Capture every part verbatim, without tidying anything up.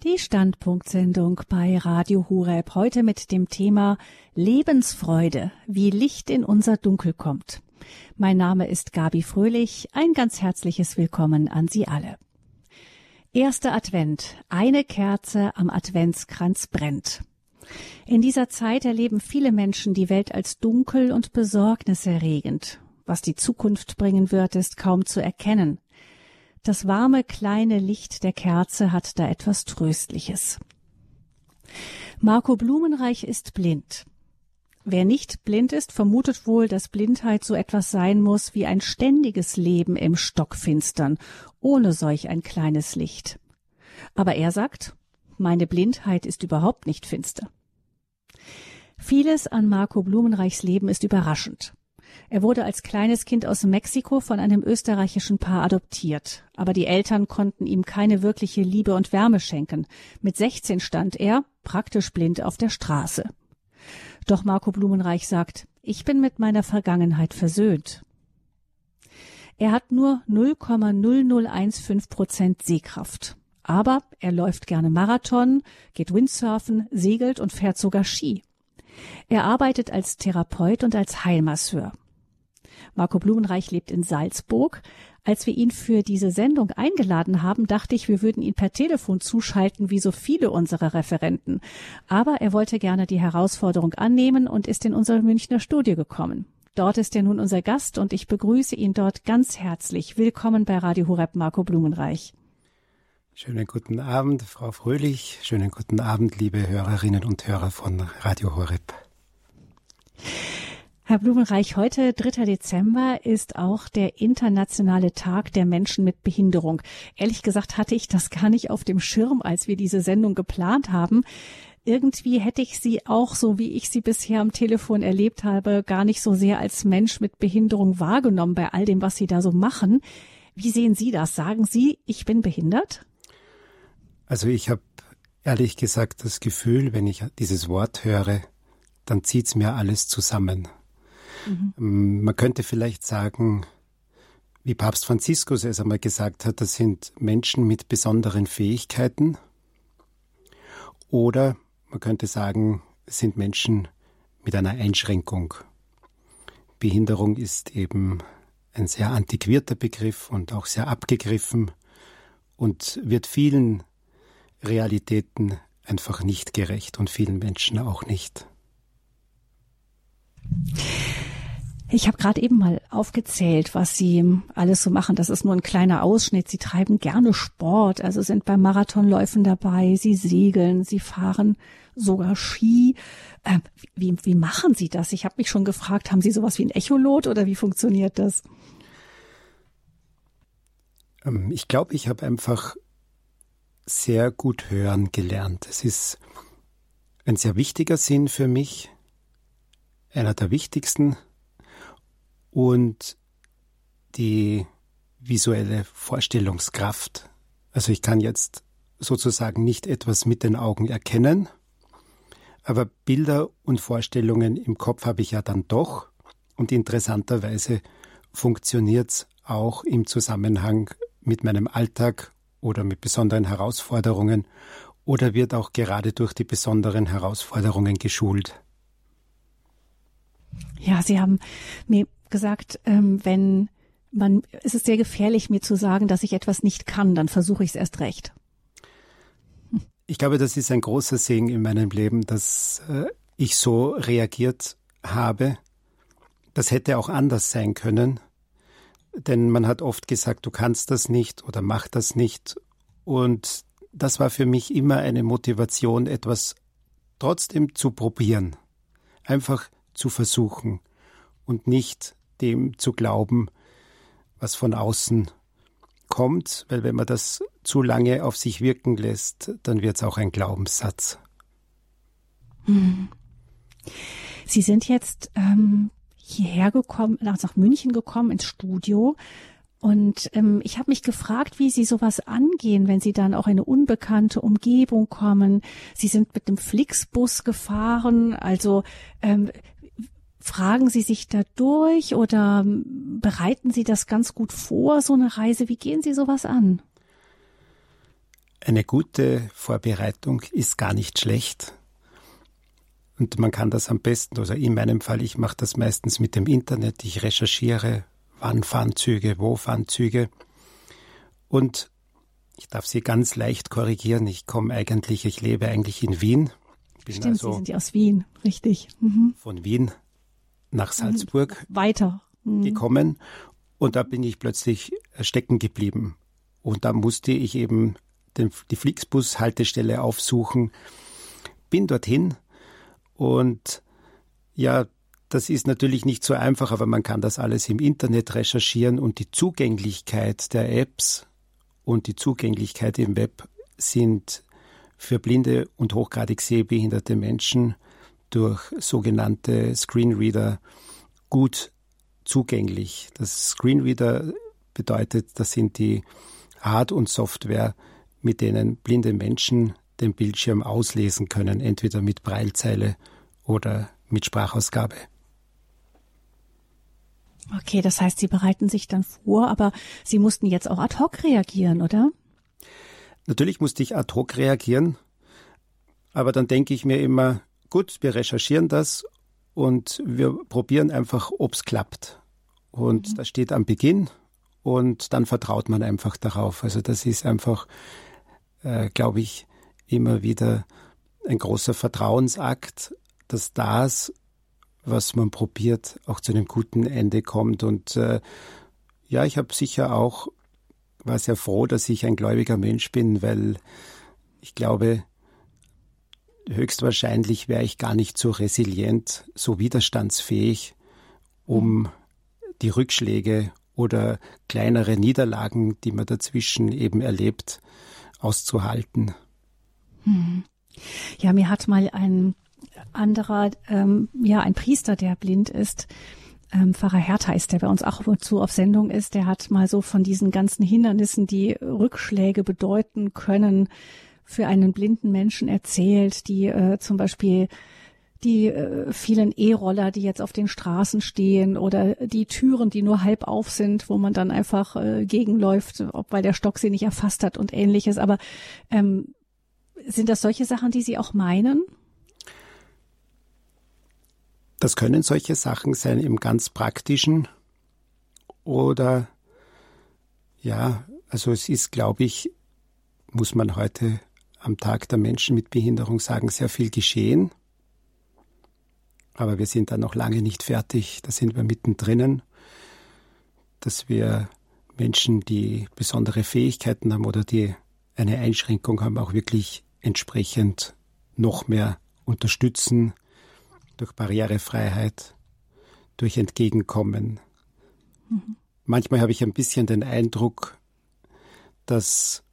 Die Standpunktsendung bei Radio Horeb, heute mit dem Thema Lebensfreude, wie Licht in unser Dunkel kommt. Mein Name ist Gabi Fröhlich, ein ganz herzliches Willkommen an Sie alle. Erster Advent, eine Kerze am Adventskranz brennt. In dieser Zeit erleben viele Menschen die Welt als dunkel und besorgniserregend. Was die Zukunft bringen wird, ist kaum zu erkennen. Das warme, kleine Licht der Kerze hat da etwas Tröstliches. Marco Blumenreich ist blind. Wer nicht blind ist, vermutet wohl, dass Blindheit so etwas sein muss wie ein ständiges Leben im Stockfinstern, ohne solch ein kleines Licht. Aber er sagt, meine Blindheit ist überhaupt nicht finster. Vieles an Marco Blumenreichs Leben ist überraschend. Er wurde als kleines Kind aus Mexiko von einem österreichischen Paar adoptiert. Aber die Eltern konnten ihm keine wirkliche Liebe und Wärme schenken. Mit sechzehn stand er, praktisch blind, auf der Straße. Doch Marco Blumenreich sagt, ich bin mit meiner Vergangenheit versöhnt. Er hat nur null Komma null null eins fünf Prozent Sehkraft. Aber er läuft gerne Marathon, geht Windsurfen, segelt und fährt sogar Ski. Er arbeitet als Therapeut und als Heilmasseur. Marco Blumenreich lebt in Salzburg. Als wir ihn für diese Sendung eingeladen haben, dachte ich, wir würden ihn per Telefon zuschalten, wie so viele unserer Referenten. Aber er wollte gerne die Herausforderung annehmen und ist in unser Münchner Studio gekommen. Dort ist er nun unser Gast und ich begrüße ihn dort ganz herzlich. Willkommen bei Radio Horeb, Marco Blumenreich. Schönen guten Abend, Frau Fröhlich. Schönen guten Abend, liebe Hörerinnen und Hörer von Radio Horeb. Herr Blumenreich, heute, dritter Dezember, ist auch der internationale Tag der Menschen mit Behinderung. Ehrlich gesagt hatte ich das gar nicht auf dem Schirm, als wir diese Sendung geplant haben. Irgendwie hätte ich Sie auch, so wie ich Sie bisher am Telefon erlebt habe, gar nicht so sehr als Mensch mit Behinderung wahrgenommen bei all dem, was Sie da so machen. Wie sehen Sie das? Sagen Sie, ich bin behindert? Also ich habe ehrlich gesagt das Gefühl, wenn ich dieses Wort höre, dann zieht's mir alles zusammen. Mhm. Man könnte vielleicht sagen, wie Papst Franziskus es einmal gesagt hat, das sind Menschen mit besonderen Fähigkeiten. Oder man könnte sagen, es sind Menschen mit einer Einschränkung. Behinderung ist eben ein sehr antiquierter Begriff und auch sehr abgegriffen und wird vielen Realitäten einfach nicht gerecht und vielen Menschen auch nicht. Ich habe gerade eben mal aufgezählt, was Sie alles so machen. Das ist nur ein kleiner Ausschnitt. Sie treiben gerne Sport, also sind beim Marathonläufen dabei. Sie segeln, Sie fahren sogar Ski. Äh, wie, wie machen Sie das? Ich habe mich schon gefragt, haben Sie sowas wie ein Echolot oder wie funktioniert das? Ähm, ich glaube, ich habe einfach sehr gut hören gelernt. Es ist ein sehr wichtiger Sinn für mich, einer der wichtigsten. Und die visuelle Vorstellungskraft. Also ich kann jetzt sozusagen nicht etwas mit den Augen erkennen, aber Bilder und Vorstellungen im Kopf habe ich ja dann doch. Und interessanterweise funktioniert es auch im Zusammenhang mit meinem Alltag oder mit besonderen Herausforderungen oder wird auch gerade durch die besonderen Herausforderungen geschult. Ja, Sie haben mir gesagt, ähm, wenn man, es ist sehr gefährlich, mir zu sagen, dass ich etwas nicht kann, dann versuche ich es erst recht. Hm. Ich glaube, das ist ein großer Segen in meinem Leben, dass äh, ich so reagiert habe. Das hätte auch anders sein können, denn man hat oft gesagt, du kannst das nicht oder mach das nicht. Und das war für mich immer eine Motivation, etwas trotzdem zu probieren, einfach zu versuchen und nicht dem zu glauben, was von außen kommt, weil wenn man das zu lange auf sich wirken lässt, dann wird es auch ein Glaubenssatz. Sie sind jetzt ähm, hierher gekommen, nach, nach München gekommen, ins Studio. Und ähm, ich habe mich gefragt, wie Sie sowas angehen, wenn Sie dann auch in eine unbekannte Umgebung kommen. Sie sind mit dem Flixbus gefahren, also ähm, fragen Sie sich da durch oder bereiten Sie das ganz gut vor, so eine Reise? Wie gehen Sie sowas an? eine gute Vorbereitung ist gar nicht schlecht. Und man kann das am besten, also in meinem Fall, ich mache das meistens mit dem Internet. Ich recherchiere, wann fahren Züge, wo fahren Züge. Und ich darf Sie ganz leicht korrigieren. Ich komme eigentlich, ich lebe eigentlich in Wien. Bin Stimmt, also Sie sind ja aus Wien, richtig. Mhm. Von Wien nach Salzburg mhm. weiter mhm. gekommen. Und da bin ich plötzlich stecken geblieben. Und da musste ich eben den, die Flixbus-Haltestelle aufsuchen. Bin dorthin und ja, das ist natürlich nicht so einfach, aber man kann das alles im Internet recherchieren und die Zugänglichkeit der Apps und die Zugänglichkeit im Web sind für blinde und hochgradig sehbehinderte Menschen durch sogenannte Screenreader gut zugänglich. Das Screenreader bedeutet, das sind die Hard- und Software, mit denen blinde Menschen den Bildschirm auslesen können, entweder mit Braillezeile oder mit Sprachausgabe. Okay, das heißt, Sie bereiten sich dann vor, aber Sie mussten jetzt auch ad hoc reagieren, oder? Natürlich musste ich ad hoc reagieren, aber dann denke ich mir immer, gut, wir recherchieren das und wir probieren einfach, ob es klappt. Und mhm. das steht am Beginn und dann vertraut man einfach darauf. Also das ist einfach, äh, glaube ich, immer wieder ein großer Vertrauensakt, dass das, was man probiert, auch zu einem guten Ende kommt. Und äh, ja, ich habe sicher auch, war sehr froh, dass ich ein gläubiger Mensch bin, weil ich glaube, höchstwahrscheinlich wäre ich gar nicht so resilient, so widerstandsfähig, um die Rückschläge oder kleinere Niederlagen, die man dazwischen eben erlebt, auszuhalten. Hm. Ja, mir hat mal ein anderer, ähm, ja, ein Priester, der blind ist, ähm, Pfarrer Hertha ist, der bei uns auch ab und zu auf Sendung ist, der hat mal so von diesen ganzen Hindernissen, die Rückschläge bedeuten können, für einen blinden Menschen erzählt, die äh, zum Beispiel die äh, vielen E-Roller, die jetzt auf den Straßen stehen oder die Türen, die nur halb auf sind, wo man dann einfach äh, gegenläuft, ob weil der Stock sie nicht erfasst hat und Ähnliches. Aber ähm, sind das solche Sachen, die Sie auch meinen? Das können solche Sachen sein im ganz Praktischen oder ja, also es ist, glaube ich, muss man heute am Tag der Menschen mit Behinderung sagen, sehr viel geschehen. Aber wir sind da noch lange nicht fertig. Da sind wir mittendrin, dass wir Menschen, die besondere Fähigkeiten haben oder die eine Einschränkung haben, auch wirklich entsprechend noch mehr unterstützen durch Barrierefreiheit, durch Entgegenkommen. Mhm. Manchmal habe ich ein bisschen den Eindruck, dass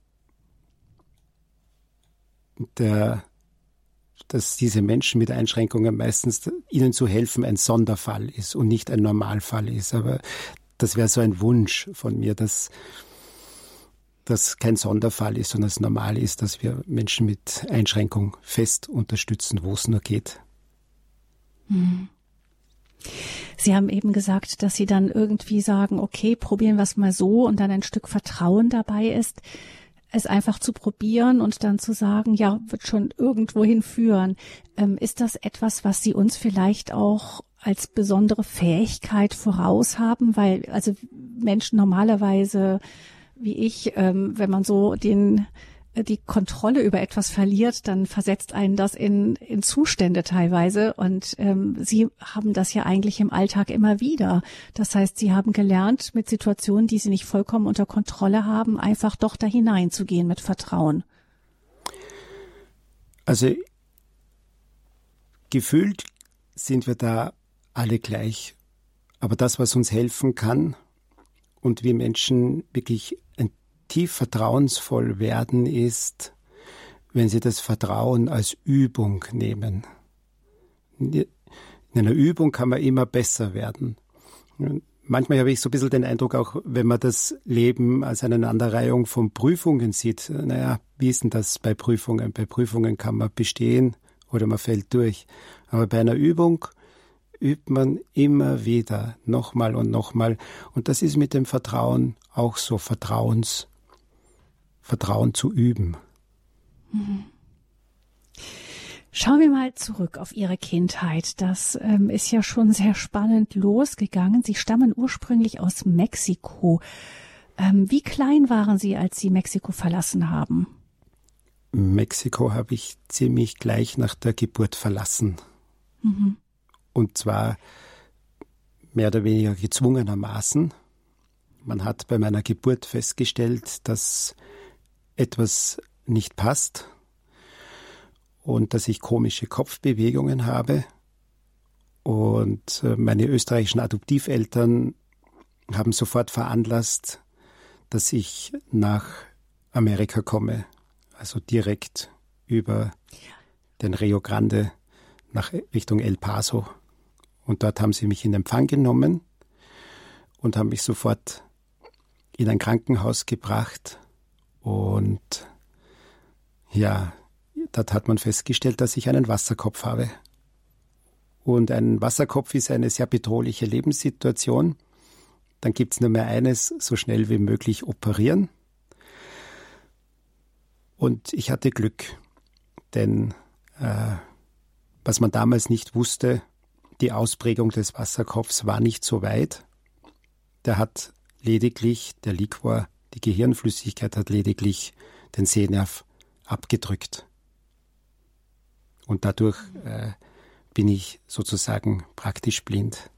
Der, dass diese Menschen mit Einschränkungen meistens ihnen zu helfen ein Sonderfall ist und nicht ein Normalfall ist. Aber das wäre so ein Wunsch von mir, dass das kein Sonderfall ist, sondern es normal ist, dass wir Menschen mit Einschränkung fest unterstützen, wo es nur geht. Hm. Sie haben eben gesagt, dass Sie dann irgendwie sagen, okay, probieren wir es mal so und dann ein Stück Vertrauen dabei ist, es einfach zu probieren und dann zu sagen, ja, wird schon irgendwo hinführen. Ähm, ist das etwas, was Sie uns vielleicht auch als besondere Fähigkeit voraus haben? Weil also Menschen normalerweise wie ich, ähm, wenn man so den die Kontrolle über etwas verliert, dann versetzt einen das in, in Zustände teilweise. Und ähm, Sie haben das ja eigentlich im Alltag immer wieder. Das heißt, Sie haben gelernt, mit Situationen, die Sie nicht vollkommen unter Kontrolle haben, einfach doch da hineinzugehen mit Vertrauen. Also gefühlt sind wir da alle gleich. Aber das, was uns helfen kann und wir Menschen wirklich ein tief vertrauensvoll werden, ist, wenn Sie das Vertrauen als Übung nehmen. In einer Übung kann man immer besser werden. Manchmal habe ich so ein bisschen den Eindruck, auch wenn man das Leben als eine Aneinanderreihung von Prüfungen sieht, naja, wie ist denn das bei Prüfungen? Bei Prüfungen kann man bestehen oder man fällt durch. Aber bei einer Übung übt man immer wieder, nochmal und nochmal. Und das ist mit dem Vertrauen auch so, Vertrauens Vertrauen zu üben. Mhm. Schauen wir mal zurück auf Ihre Kindheit. Das ähm, ist ja schon sehr spannend losgegangen. Sie stammen ursprünglich aus Mexiko. Ähm, wie klein waren Sie, als Sie Mexiko verlassen haben? Mexiko habe ich ziemlich gleich nach der Geburt verlassen. Mhm. Und zwar mehr oder weniger gezwungenermaßen. Man hat bei meiner Geburt festgestellt, dass etwas nicht passt und dass ich komische Kopfbewegungen habe. Und meine österreichischen Adoptiveltern haben sofort veranlasst, dass ich nach Amerika komme. Also direkt über den Rio Grande nach Richtung El Paso. Und dort haben sie mich in Empfang genommen und haben mich sofort in ein Krankenhaus gebracht. Und ja, dort hat man festgestellt, dass ich einen Wasserkopf habe. Und ein Wasserkopf ist eine sehr bedrohliche Lebenssituation. Dann gibt es nur mehr eines, so schnell wie möglich operieren. Und ich hatte Glück, denn äh, was man damals nicht wusste, die Ausprägung des Wasserkopfs war nicht so weit. Der hat lediglich, der Liquor, die Gehirnflüssigkeit hat lediglich den Sehnerv abgedrückt. Und dadurch äh, bin ich sozusagen praktisch blind.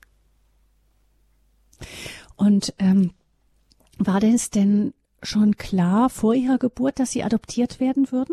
Und ähm, war es denn schon klar vor Ihrer Geburt, dass Sie adoptiert werden würden?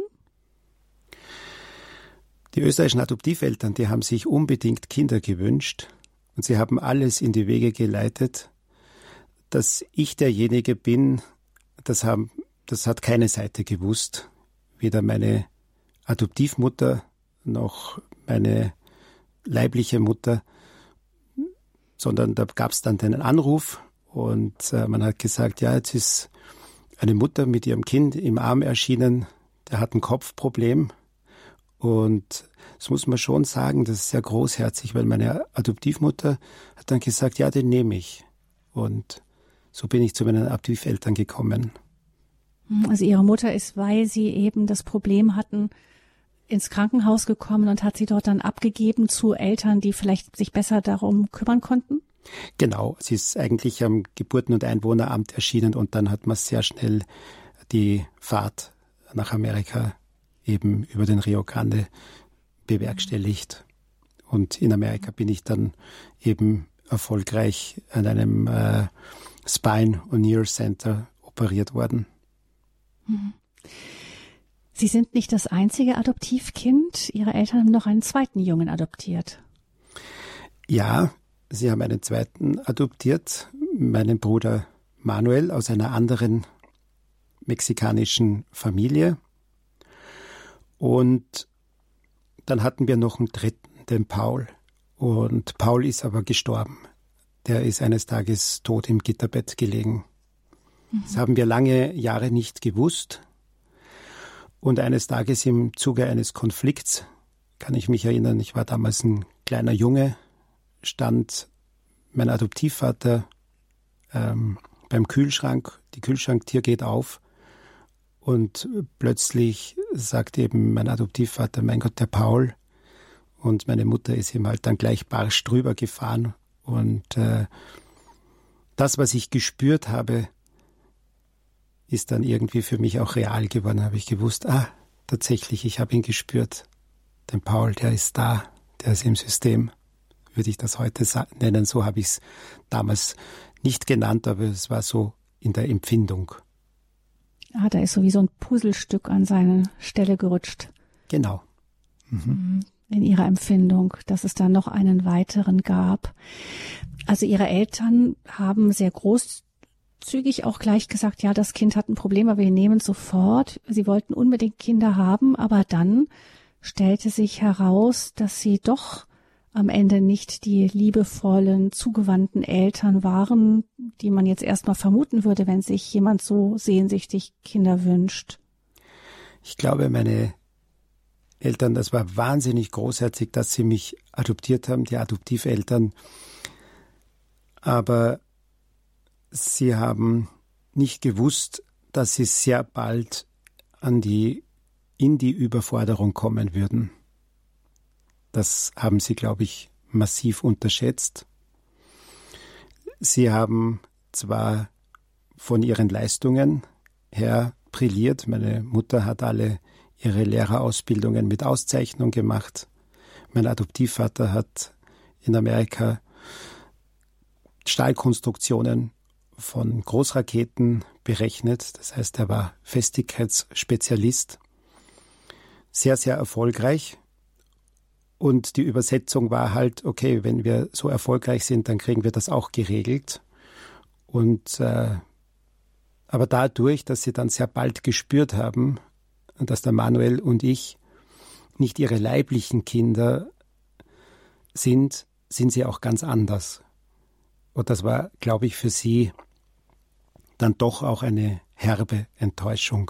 Die österreichischen Adoptiveltern, die haben sich unbedingt Kinder gewünscht und sie haben alles in die Wege geleitet. Dass ich derjenige bin, das, haben, das hat keine Seite gewusst. Weder meine Adoptivmutter noch meine leibliche Mutter, sondern da gab es dann den Anruf und äh, man hat gesagt, ja, jetzt ist eine Mutter mit ihrem Kind im Arm erschienen, der hat ein Kopfproblem. Und das muss man schon sagen, das ist sehr großherzig, weil meine Adoptivmutter hat dann gesagt, ja, den nehme ich. Und so bin ich zu meinen Adoptiveltern gekommen. Also Ihre Mutter ist, weil Sie eben das Problem hatten, ins Krankenhaus gekommen und hat Sie dort dann abgegeben zu Eltern, die vielleicht sich besser darum kümmern konnten? Genau, sie ist eigentlich am Geburten- und Einwohneramt erschienen und dann hat man sehr schnell die Fahrt nach Amerika eben über den Rio Grande bewerkstelligt. Und in Amerika bin ich dann eben erfolgreich an einem äh, Spine und Nerve Center operiert worden. Sie sind nicht das einzige Adoptivkind. Ihre Eltern haben noch einen zweiten Jungen adoptiert. Ja, sie haben einen zweiten adoptiert, meinen Bruder Manuel aus einer anderen mexikanischen Familie. Und dann hatten wir noch einen dritten, den Paul. Und Paul ist aber gestorben. Der ist eines Tages tot im Gitterbett gelegen. Mhm. Das haben wir lange Jahre nicht gewusst. Und eines Tages im Zuge eines Konflikts, kann ich mich erinnern, ich war damals ein kleiner Junge, stand mein Adoptivvater ähm, beim Kühlschrank. Die Kühlschranktür geht auf und plötzlich sagt eben mein Adoptivvater, mein Gott, der Paul. Und meine Mutter ist ihm halt dann gleich barsch drüber gefahren. Und äh, das, was ich gespürt habe, ist dann irgendwie für mich auch real geworden. Habe ich gewusst, ah, tatsächlich, ich habe ihn gespürt. Den Paul, der ist da, der ist im System. Würde ich das heute nennen. So habe ich es damals nicht genannt, aber es war so in der Empfindung. Ah, da ist so wie so ein Puzzlestück an seine Stelle gerutscht. Genau. Mhm. In Ihrer Empfindung, dass es da noch einen weiteren gab. Also Ihre Eltern haben sehr großzügig auch gleich gesagt, ja, das Kind hat ein Problem, aber wir nehmen es sofort. Sie wollten unbedingt Kinder haben, aber dann stellte sich heraus, dass sie doch am Ende nicht die liebevollen, zugewandten Eltern waren, die man jetzt erstmal vermuten würde, wenn sich jemand so sehnsüchtig Kinder wünscht. Ich glaube, meine Eltern, das war wahnsinnig großherzig, dass sie mich adoptiert haben, die Adoptiveltern. Aber sie haben nicht gewusst, dass sie sehr bald an die in die Überforderung kommen würden. Das haben sie, glaube ich, massiv unterschätzt. Sie haben zwar von ihren Leistungen her brilliert. Meine Mutter hat alle ihre Lehrerausbildungen mit Auszeichnung gemacht. Mein Adoptivvater hat in Amerika Stahlkonstruktionen von Großraketen berechnet. Das heißt, er war Festigkeitsspezialist. Sehr, sehr erfolgreich. Und die Übersetzung war halt, okay, wenn wir so erfolgreich sind, dann kriegen wir das auch geregelt. Und äh, aber dadurch, dass sie dann sehr bald gespürt haben, dass der Manuel und ich nicht ihre leiblichen Kinder sind, sind sie auch ganz anders. Und das war, glaube ich, für sie dann doch auch eine herbe Enttäuschung.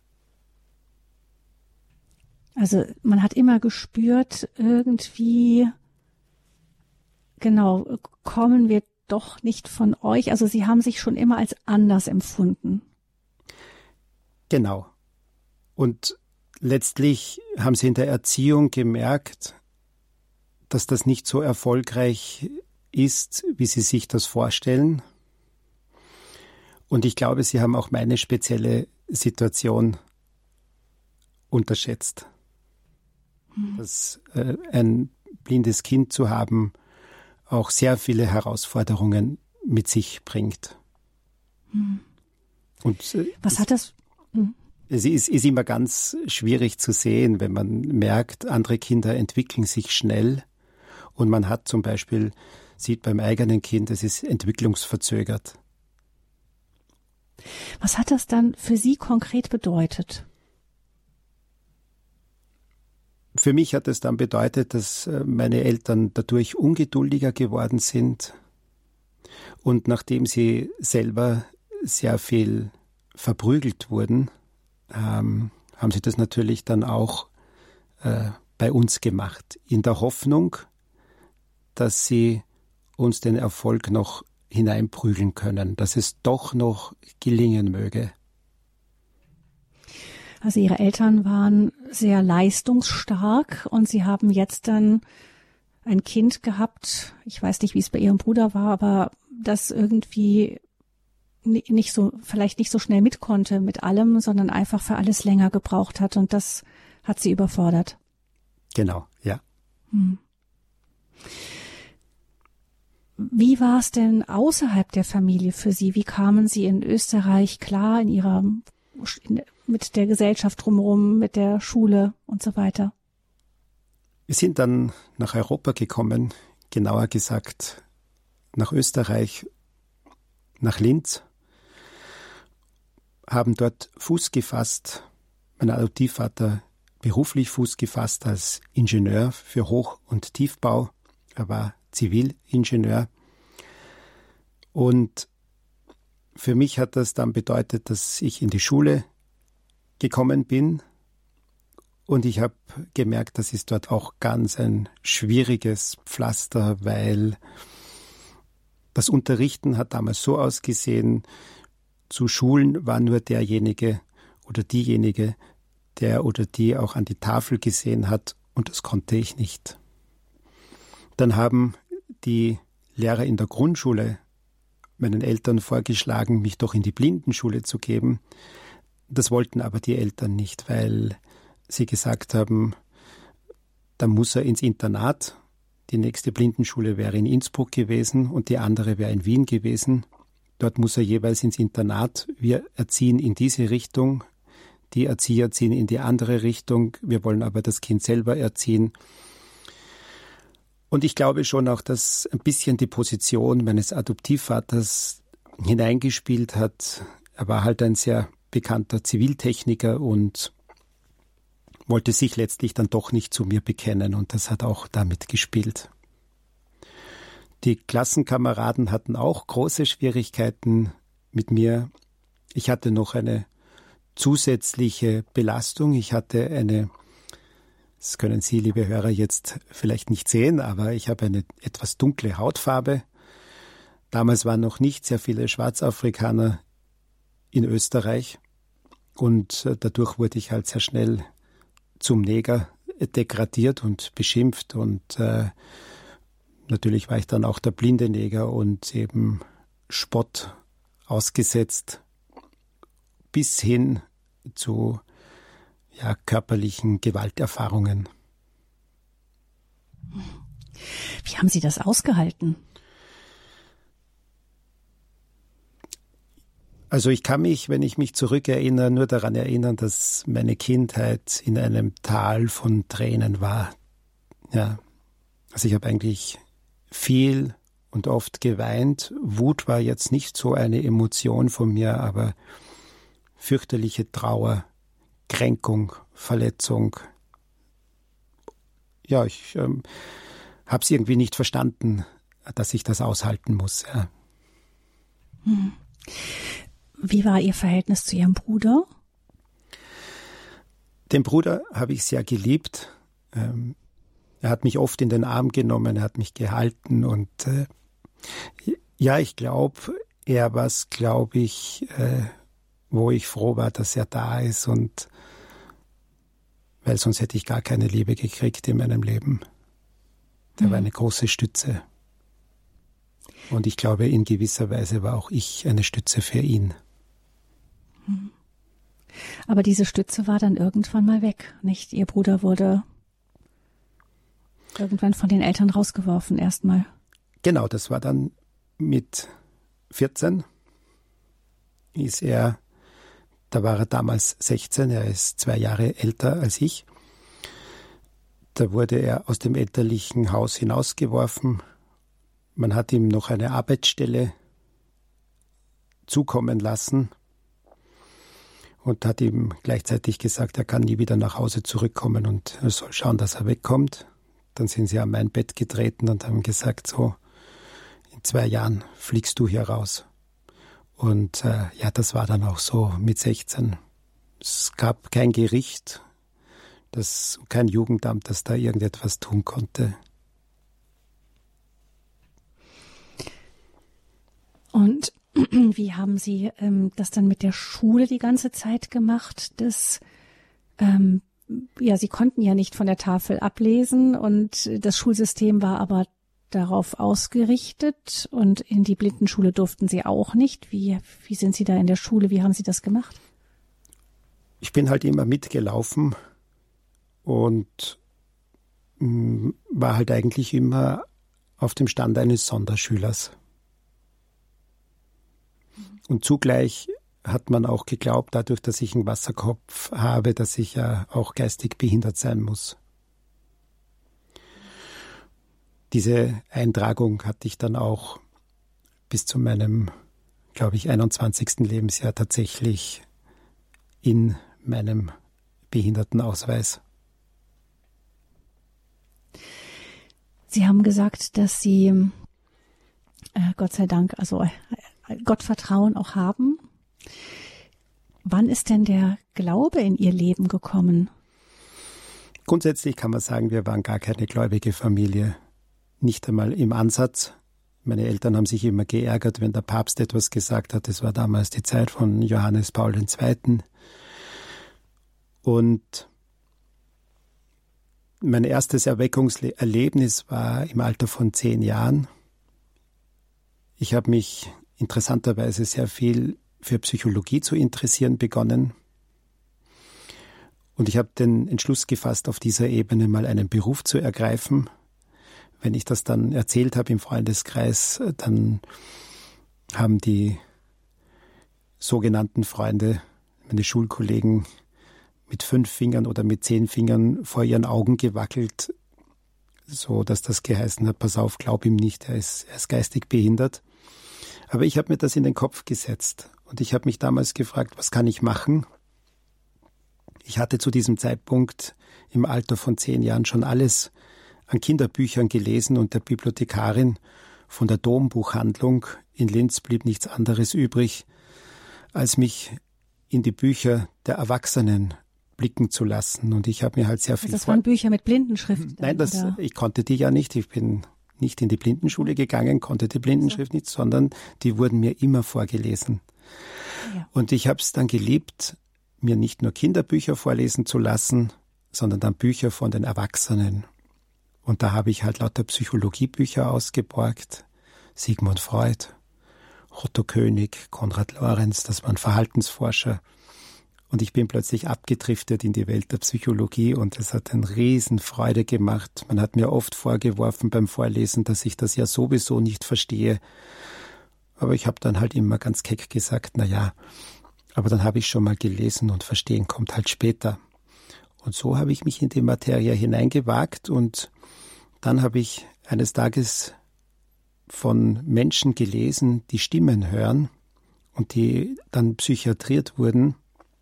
Also man hat immer gespürt, irgendwie, genau, kommen wir doch nicht von euch. Also sie haben sich schon immer als anders empfunden. Genau. Und letztlich haben sie in der Erziehung gemerkt, dass das nicht so erfolgreich ist, wie sie sich das vorstellen. Und ich glaube, sie haben auch meine spezielle Situation unterschätzt. Hm. Dass äh, ein blindes Kind zu haben auch sehr viele Herausforderungen mit sich bringt. Hm. Und äh, was hat das? Hm. Es ist, ist immer ganz schwierig zu sehen, wenn man merkt, andere Kinder entwickeln sich schnell und man hat zum Beispiel, sieht beim eigenen Kind, es ist entwicklungsverzögert. Was hat das dann für Sie konkret bedeutet? Für mich hat es dann bedeutet, dass meine Eltern dadurch ungeduldiger geworden sind und nachdem sie selber sehr viel verprügelt wurden, ähm, haben sie das natürlich dann auch äh, bei uns gemacht, in der Hoffnung, dass sie uns den Erfolg noch hineinprügeln können, dass es doch noch gelingen möge. Also Ihre Eltern waren sehr leistungsstark und Sie haben jetzt dann ein Kind gehabt, ich weiß nicht, wie es bei Ihrem Bruder war, aber das irgendwie nicht so, vielleicht nicht so schnell mit konnte mit allem, sondern einfach für alles länger gebraucht hat und das hat Sie überfordert. Genau, ja. Hm. Wie war es denn außerhalb der Familie für Sie? Wie kamen Sie in Österreich klar, in Ihrer, in, mit der Gesellschaft drumherum, mit der Schule und so weiter? Wir sind dann nach Europa gekommen, genauer gesagt nach Österreich, nach Linz, haben dort Fuß gefasst, mein Adoptivvater beruflich Fuß gefasst als Ingenieur für Hoch- und Tiefbau. Er war Zivilingenieur. Und für mich hat das dann bedeutet, dass ich in die Schule gekommen bin. Und ich habe gemerkt, das ist dort auch ganz ein schwieriges Pflaster, weil das Unterrichten hat damals so ausgesehen, zu Schulen war nur derjenige oder diejenige, der oder die auch an die Tafel gesehen hat, und das konnte ich nicht. Dann haben die Lehrer in der Grundschule meinen Eltern vorgeschlagen, mich doch in die Blindenschule zu geben. Das wollten aber die Eltern nicht, weil sie gesagt haben, da muss er ins Internat. Die nächste Blindenschule wäre in Innsbruck gewesen und die andere wäre in Wien gewesen. Dort muss er jeweils ins Internat. Wir erziehen in diese Richtung. Die Erzieher ziehen in die andere Richtung. Wir wollen aber das Kind selber erziehen. Und ich glaube schon auch, dass ein bisschen die Position meines Adoptivvaters hineingespielt hat. Er war halt ein sehr bekannter Ziviltechniker und wollte sich letztlich dann doch nicht zu mir bekennen. Und das hat auch damit gespielt. Die Klassenkameraden hatten auch große Schwierigkeiten mit mir. Ich hatte noch eine zusätzliche Belastung. Ich hatte eine, das können Sie, liebe Hörer, jetzt vielleicht nicht sehen, aber ich habe eine etwas dunkle Hautfarbe. Damals waren noch nicht sehr viele Schwarzafrikaner in Österreich und dadurch wurde ich halt sehr schnell zum Neger degradiert und beschimpft. Und äh, natürlich war ich dann auch der blinde Neger und eben Spott ausgesetzt, bis hin zu ja, körperlichen Gewalterfahrungen. Wie haben Sie das ausgehalten? Also ich kann mich, wenn ich mich zurückerinnere, nur daran erinnern, dass meine Kindheit in einem Tal von Tränen war. Ja, also ich habe eigentlich viel und oft geweint. Wut war jetzt nicht so eine Emotion von mir, aber fürchterliche Trauer, Kränkung, Verletzung. Ja, ich ähm, habe es irgendwie nicht verstanden, dass ich das aushalten muss. Ja. Hm. Wie war Ihr Verhältnis zu Ihrem Bruder? Den Bruder habe ich sehr geliebt. Ähm, er hat mich oft in den Arm genommen, er hat mich gehalten. Und äh, ja, ich glaube, er war es, glaube ich, äh, wo ich froh war, dass er da ist. Und weil sonst hätte ich gar keine Liebe gekriegt in meinem Leben. Der mhm. war eine große Stütze. Und ich glaube, in gewisser Weise war auch ich eine Stütze für ihn. Aber diese Stütze war dann irgendwann mal weg, nicht? Ihr Bruder wurde irgendwann von den Eltern rausgeworfen erstmal. Genau, das war dann mit vierzehn. Ist er, da war er damals sechzehn, er ist zwei Jahre älter als ich. Da wurde er aus dem elterlichen Haus hinausgeworfen. Man hat ihm noch eine Arbeitsstelle zukommen lassen und hat ihm gleichzeitig gesagt, er kann nie wieder nach Hause zurückkommen und er soll schauen, dass er wegkommt. Dann sind sie an mein Bett getreten und haben gesagt, so, in zwei Jahren fliegst du hier raus. Und äh, ja, das war dann auch so mit sechzehn. Es gab kein Gericht, das, kein Jugendamt, das da irgendetwas tun konnte. Und wie haben Sie ähm, das dann mit der Schule die ganze Zeit gemacht? Das, ähm, ja, Sie konnten ja nicht von der Tafel ablesen und das Schulsystem war aber darauf ausgerichtet und in die Blindenschule durften Sie auch nicht. Wie, wie sind Sie da in der Schule? Wie haben Sie das gemacht? Ich bin halt immer mitgelaufen und mh, war halt eigentlich immer auf dem Stand eines Sonderschülers. Und zugleich hat man auch geglaubt, dadurch, dass ich einen Wasserkopf habe, dass ich ja auch geistig behindert sein muss. Diese Eintragung hatte ich dann auch bis zu meinem, glaube ich, einundzwanzigsten Lebensjahr tatsächlich in meinem Behindertenausweis. Sie haben gesagt, dass Sie, äh, Gott sei Dank, also äh, Gottvertrauen auch haben. Wann ist denn der Glaube in Ihr Leben gekommen? Grundsätzlich kann man sagen, wir waren gar keine gläubige Familie. Nicht einmal im Ansatz. Meine Eltern haben sich immer geärgert, wenn der Papst etwas gesagt hat. Das war damals die Zeit von Johannes Paul der Zweite. Und mein erstes Erweckungserlebnis war im Alter von zehn Jahren. Ich habe mich interessanterweise sehr viel für Psychologie zu interessieren begonnen. Und ich habe den Entschluss gefasst, auf dieser Ebene mal einen Beruf zu ergreifen. Wenn ich das dann erzählt habe im Freundeskreis, dann haben die sogenannten Freunde, meine Schulkollegen, mit fünf Fingern oder mit zehn Fingern vor ihren Augen gewackelt, so dass das geheißen hat, pass auf, glaub ihm nicht, er ist, er ist geistig behindert. Aber ich habe mir das in den Kopf gesetzt und ich habe mich damals gefragt, was kann ich machen? Ich hatte zu diesem Zeitpunkt im Alter von zehn Jahren schon alles an Kinderbüchern gelesen und der Bibliothekarin von der Dombuchhandlung in Linz blieb nichts anderes übrig, als mich in die Bücher der Erwachsenen blicken zu lassen. Und ich habe mir halt sehr viel... Also das waren Bücher mit Blindenschrift? Nein, das, ich konnte die ja nicht. Ich bin nicht in die Blindenschule gegangen, konnte die Blindenschrift so. nicht, sondern die wurden mir immer vorgelesen. Ja. Und ich habe es dann geliebt, mir nicht nur Kinderbücher vorlesen zu lassen, sondern dann Bücher von den Erwachsenen. Und da habe ich halt lauter Psychologiebücher ausgeborgt. Sigmund Freud, Otto König, Konrad Lorenz, das waren Verhaltensforscher. Und ich bin plötzlich abgedriftet in die Welt der Psychologie und es hat eine riesen Freude gemacht. Man hat mir oft vorgeworfen beim Vorlesen, dass ich das ja sowieso nicht verstehe. Aber ich habe dann halt immer ganz keck gesagt, na ja, aber dann habe ich schon mal gelesen und verstehen kommt halt später. Und so habe ich mich in die Materie hineingewagt und dann habe ich eines Tages von Menschen gelesen, die Stimmen hören und die dann psychiatriert wurden.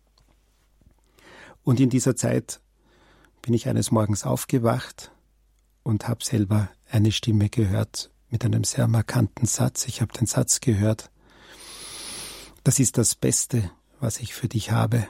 Und in dieser Zeit bin ich eines Morgens aufgewacht und habe selber eine Stimme gehört mit einem sehr markanten Satz. Ich habe den Satz gehört: Das ist das Beste, was ich für dich habe.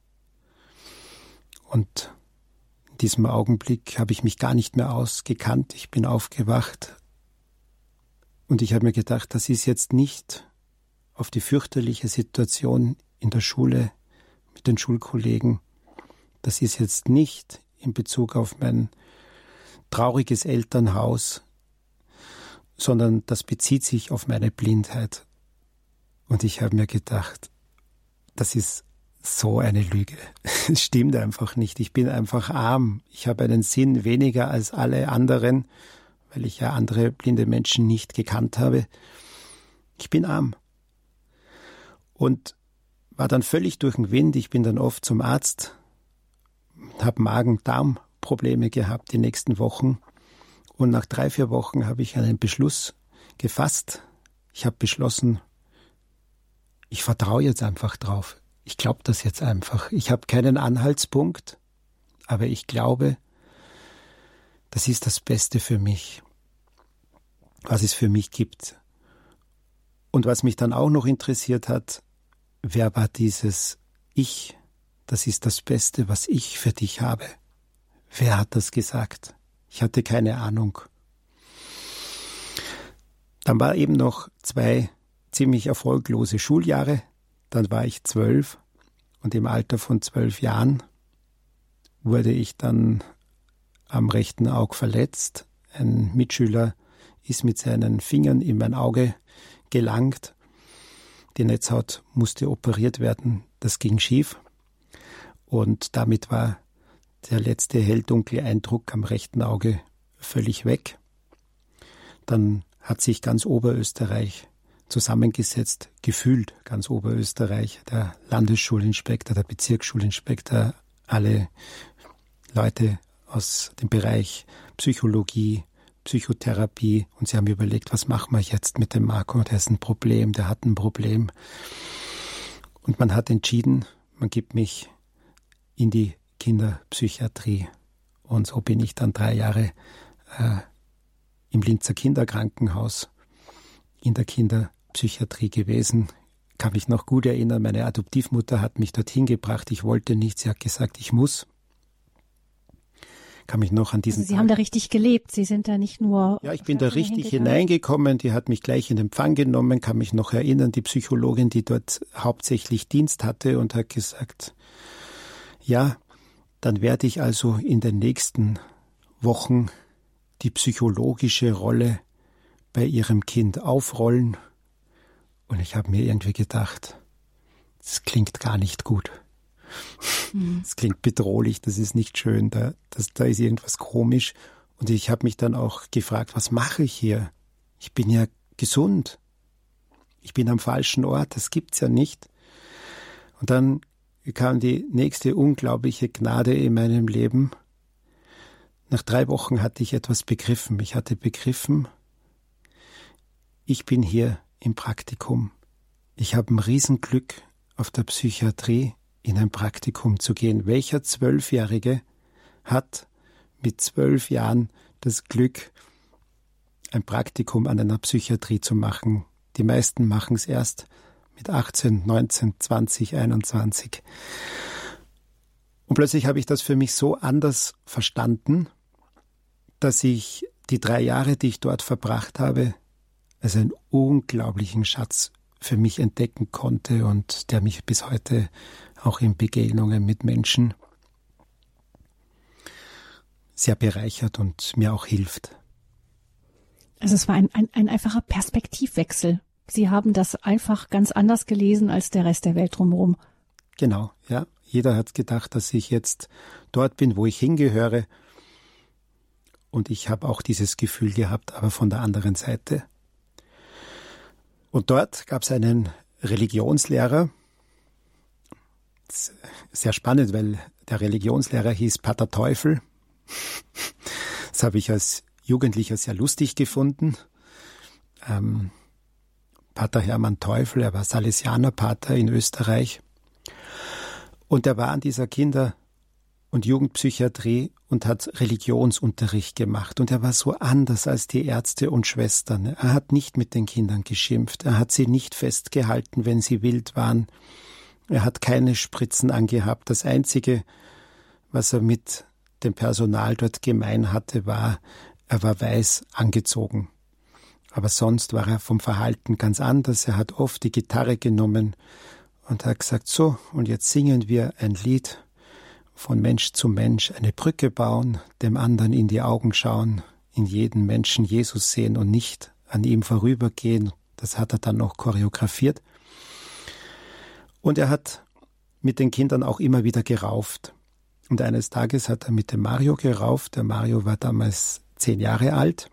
Und in diesem Augenblick habe ich mich gar nicht mehr ausgekannt. Ich bin aufgewacht und ich habe mir gedacht, das ist jetzt nicht auf die fürchterliche Situation in der Schule mit den Schulkollegen. Das ist jetzt nicht in Bezug auf mein trauriges Elternhaus, sondern das bezieht sich auf meine Blindheit. Und ich habe mir gedacht, das ist so eine Lüge. Es stimmt einfach nicht. Ich bin einfach arm. Ich habe einen Sinn weniger als alle anderen, weil ich ja andere blinde Menschen nicht gekannt habe. Ich bin arm. Und war dann völlig durch den Wind. Ich bin dann oft zum Arzt, habe Magen-Darm-Probleme gehabt die nächsten Wochen. Und nach drei, vier Wochen habe ich einen Beschluss gefasst. Ich habe beschlossen, ich vertraue jetzt einfach drauf. Ich glaube das jetzt einfach. Ich habe keinen Anhaltspunkt, aber ich glaube, das ist das Beste für mich, was es für mich gibt. Und was mich dann auch noch interessiert hat, wer war dieses Ich? Das ist das Beste, was ich für dich habe. Wer hat das gesagt? Ich hatte keine Ahnung. Dann war eben noch zwei ziemlich erfolglose Schuljahre. Dann war ich zwölf und im Alter von zwölf Jahren wurde ich dann am rechten Auge verletzt. Ein Mitschüler ist mit seinen Fingern in mein Auge gelangt. Die Netzhaut musste operiert werden. Das ging schief. Und damit war der letzte hell-dunkle Eindruck am rechten Auge völlig weg. Dann hat sich ganz Oberösterreich zusammengesetzt, gefühlt ganz Oberösterreich, der Landesschulinspektor, der Bezirksschulinspektor, alle Leute aus dem Bereich Psychologie, Psychotherapie, und sie haben überlegt, was machen wir jetzt mit dem Marco, der ist ein Problem, der hat ein Problem. Und man hat entschieden, man gibt mich in die Kinderpsychiatrie. Und so bin ich dann drei Jahre äh, im Linzer Kinderkrankenhaus in der Kinderpsychiatrie gewesen. Kann mich noch gut erinnern, meine Adoptivmutter hat mich dorthin gebracht. Ich wollte nicht, sie hat gesagt, ich muss. Kann mich noch an diesen also Sie Tag, haben da richtig gelebt, Sie sind da nicht nur... Ja, ich bin da richtig hineingekommen, die hat mich gleich in Empfang genommen, kann mich noch erinnern, die Psychologin, die dort hauptsächlich Dienst hatte und hat gesagt, ja, dann werde ich also in den nächsten Wochen die psychologische Rolle bei Ihrem Kind aufrollen. Und ich habe mir irgendwie gedacht, das klingt gar nicht gut. Mhm. Das klingt bedrohlich, das ist nicht schön, da, das, da ist irgendwas komisch. Und ich habe mich dann auch gefragt, was mache ich hier? Ich bin ja gesund. Ich bin am falschen Ort, das gibt's ja nicht. Und dann kam die nächste unglaubliche Gnade in meinem Leben. Nach drei Wochen hatte ich etwas begriffen. Ich hatte begriffen, ich bin hier im Praktikum. Ich habe ein Riesenglück, auf der Psychiatrie in ein Praktikum zu gehen. Welcher Zwölfjährige hat mit zwölf Jahren das Glück, ein Praktikum an einer Psychiatrie zu machen? Die meisten machen es erst mit achtzehn, neunzehn, zwanzig, einundzwanzig. Und plötzlich habe ich das für mich so anders verstanden, dass ich die drei Jahre, die ich dort verbracht habe, als einen unglaublichen Schatz für mich entdecken konnte und der mich bis heute auch in Begegnungen mit Menschen sehr bereichert und mir auch hilft. Also es war ein, ein, ein einfacher Perspektivwechsel. Sie haben das einfach ganz anders gelesen als der Rest der Welt drumherum. Genau, ja. Jeder hat gedacht, dass ich jetzt dort bin, wo ich hingehöre. Und ich habe auch dieses Gefühl gehabt, aber von der anderen Seite. Und dort gab es einen Religionslehrer. Sehr spannend, weil der Religionslehrer hieß Pater Teufel. Das habe ich als Jugendlicher sehr lustig gefunden. Ähm, Pater Hermann Teufel, er war Salesianerpater in Österreich. Und er war an dieser Kinder- und Jugendpsychiatrie und hat Religionsunterricht gemacht. Und er war so anders als die Ärzte und Schwestern. Er hat nicht mit den Kindern geschimpft. Er hat sie nicht festgehalten, wenn sie wild waren. Er hat keine Spritzen angehabt. Das Einzige, was er mit dem Personal dort gemein hatte, war, er war weiß angezogen. Aber sonst war er vom Verhalten ganz anders. Er hat oft die Gitarre genommen und hat gesagt, so, und jetzt singen wir ein Lied von Mensch zu Mensch, eine Brücke bauen, dem anderen in die Augen schauen, in jeden Menschen Jesus sehen und nicht an ihm vorübergehen. Das hat er dann noch choreografiert. Und er hat mit den Kindern auch immer wieder gerauft. Und eines Tages hat er mit dem Mario gerauft. Der Mario war damals zehn Jahre alt,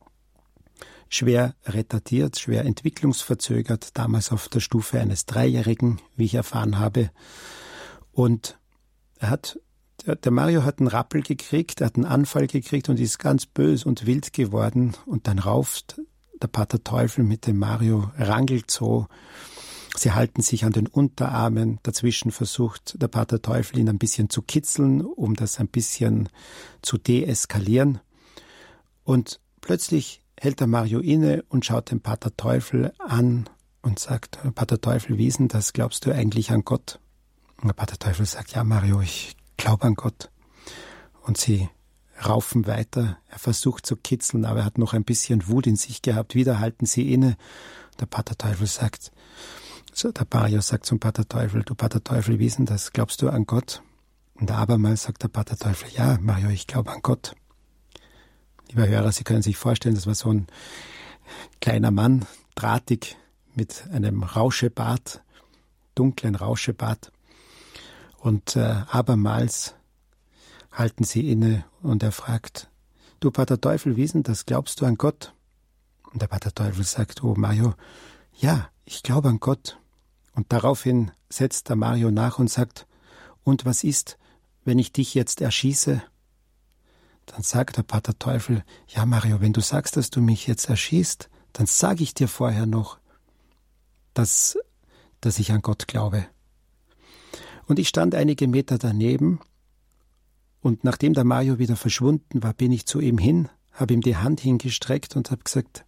schwer retardiert, schwer entwicklungsverzögert, damals auf der Stufe eines Dreijährigen, wie ich erfahren habe. Und er hat, der Mario hat einen Rappel gekriegt, er hat einen Anfall gekriegt und ist ganz bös und wild geworden. Und dann rauft der Pater Teufel mit dem Mario, rangelt so. Sie halten sich an den Unterarmen. Dazwischen versucht der Pater Teufel ihn ein bisschen zu kitzeln, um das ein bisschen zu deeskalieren. Und plötzlich hält der Mario inne und schaut den Pater Teufel an und sagt, Pater Teufel, wie ist denn das? Glaubst du eigentlich an Gott? Und der Pater Teufel sagt, ja Mario, ich glaube an Gott. Und sie raufen weiter. Er versucht zu kitzeln, aber er hat noch ein bisschen Wut in sich gehabt. Wieder halten sie inne. Der Pater Teufel sagt, so, der Mario sagt zum Pater Teufel, du Pater Teufel, wie ist denn das? Glaubst du an Gott? Und abermals sagt der Pater Teufel, ja Mario, ich glaube an Gott. Lieber Hörer, Sie können sich vorstellen, das war so ein kleiner Mann, drahtig, mit einem Rauschebart, dunklen Rauschebart. Und äh, abermals halten sie inne und er fragt, du Pater Teufel, wie ist denn das? Glaubst du an Gott? Und der Pater Teufel sagt, oh Mario, ja, ich glaube an Gott. Und daraufhin setzt der Mario nach und sagt, und was ist, wenn ich dich jetzt erschieße? Dann sagt der Pater Teufel, ja Mario, wenn du sagst, dass du mich jetzt erschießt, dann sage ich dir vorher noch, dass, dass ich an Gott glaube. Und ich stand einige Meter daneben und nachdem der Mario wieder verschwunden war, bin ich zu ihm hin, habe ihm die Hand hingestreckt und habe gesagt,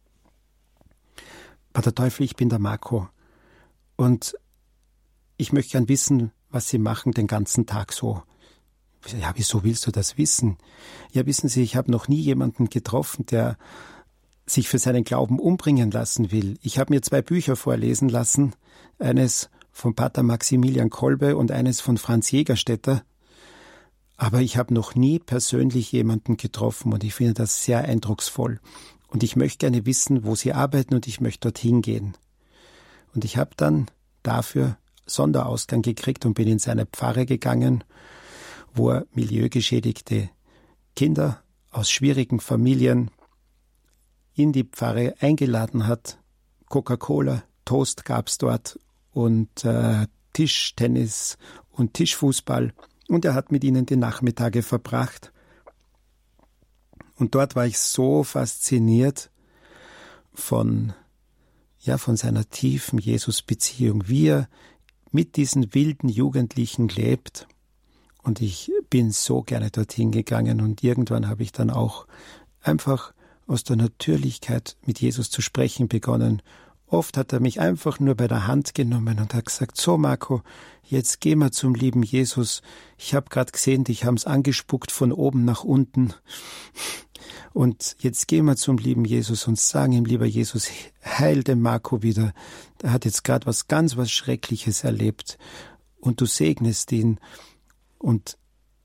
Pater Teufel, ich bin der Marco und ich möchte gern wissen, was Sie machen den ganzen Tag so. Ja, wieso willst du das wissen? Ja, wissen Sie, ich habe noch nie jemanden getroffen, der sich für seinen Glauben umbringen lassen will. Ich habe mir zwei Bücher vorlesen lassen, eines von Pater Maximilian Kolbe und eines von Franz Jägerstätter. Aber ich habe noch nie persönlich jemanden getroffen und ich finde das sehr eindrucksvoll. Und ich möchte gerne wissen, wo Sie arbeiten und ich möchte dorthin gehen. Und ich habe dann dafür Sonderausgang gekriegt und bin in seine Pfarre gegangen, wo er milieugeschädigte Kinder aus schwierigen Familien in die Pfarre eingeladen hat. Coca-Cola, Toast gab's dort und äh, Tischtennis und Tischfußball. Und er hat mit ihnen die Nachmittage verbracht. Und dort war ich so fasziniert von, ja, von seiner tiefen Jesus-Beziehung, wie er mit diesen wilden Jugendlichen lebt. Und ich bin so gerne dorthin gegangen und irgendwann habe ich dann auch einfach aus der Natürlichkeit mit Jesus zu sprechen begonnen. Oft hat er mich einfach nur bei der Hand genommen und hat gesagt, so Marco, jetzt geh mal zum lieben Jesus. Ich habe gerade gesehen, dich haben's angespuckt von oben nach unten. Und jetzt geh mal zum lieben Jesus und sag ihm, lieber Jesus, heil den Marco wieder. Er hat jetzt gerade was ganz was Schreckliches erlebt und du segnest ihn. Und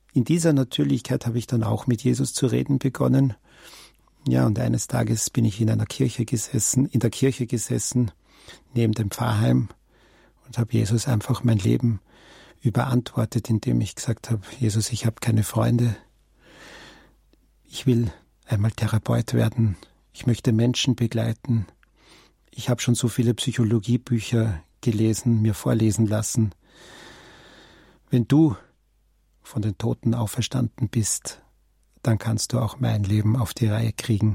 in dieser Natürlichkeit habe ich dann auch mit Jesus zu reden begonnen. Ja, und eines Tages bin ich in einer Kirche gesessen, in der Kirche gesessen, neben dem Pfarrheim und habe Jesus einfach mein Leben überantwortet, indem ich gesagt habe, Jesus, ich habe keine Freunde. Ich will einmal Therapeut werden. Ich möchte Menschen begleiten. Ich habe schon so viele Psychologiebücher gelesen, mir vorlesen lassen. Wenn du von den Toten auferstanden bist, dann kannst du auch mein Leben auf die Reihe kriegen.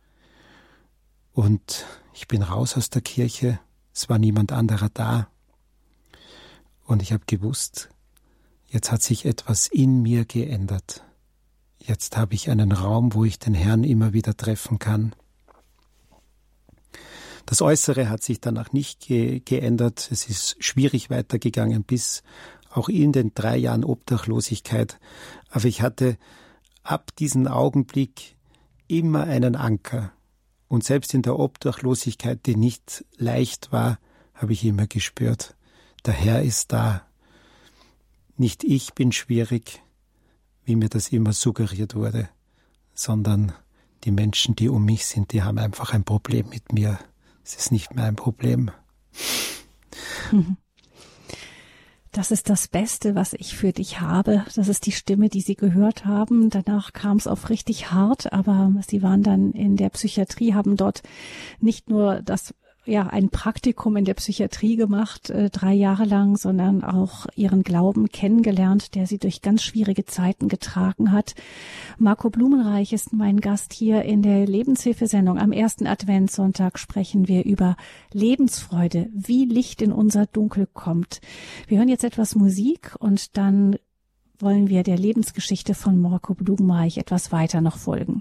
Und ich bin raus aus der Kirche, es war niemand anderer da. Und ich habe gewusst, jetzt hat sich etwas in mir geändert. Jetzt habe ich einen Raum, wo ich den Herrn immer wieder treffen kann. Das Äußere hat sich danach nicht ge- geändert. Es ist schwierig weitergegangen bis auch in den drei Jahren Obdachlosigkeit. Aber ich hatte ab diesem Augenblick immer einen Anker. Und selbst in der Obdachlosigkeit, die nicht leicht war, habe ich immer gespürt, der Herr ist da. Nicht ich bin schwierig, wie mir das immer suggeriert wurde, sondern die Menschen, die um mich sind, die haben einfach ein Problem mit mir. Es ist nicht mehr ein Problem. Das ist das Beste, was ich für dich habe. Das ist die Stimme, die Sie gehört haben. Danach kam es auf richtig hart, aber Sie waren dann in der Psychiatrie, haben dort nicht nur das ja ein Praktikum in der Psychiatrie gemacht, äh, drei Jahre lang, sondern auch ihren Glauben kennengelernt, der sie durch ganz schwierige Zeiten getragen hat. Marco Blumenreich ist mein Gast hier in der Lebenshilfesendung. Am ersten Adventssonntag sprechen wir über Lebensfreude, wie Licht in unser Dunkel kommt. Wir hören jetzt etwas Musik und dann wollen wir der Lebensgeschichte von Marco Blumenreich etwas weiter noch folgen.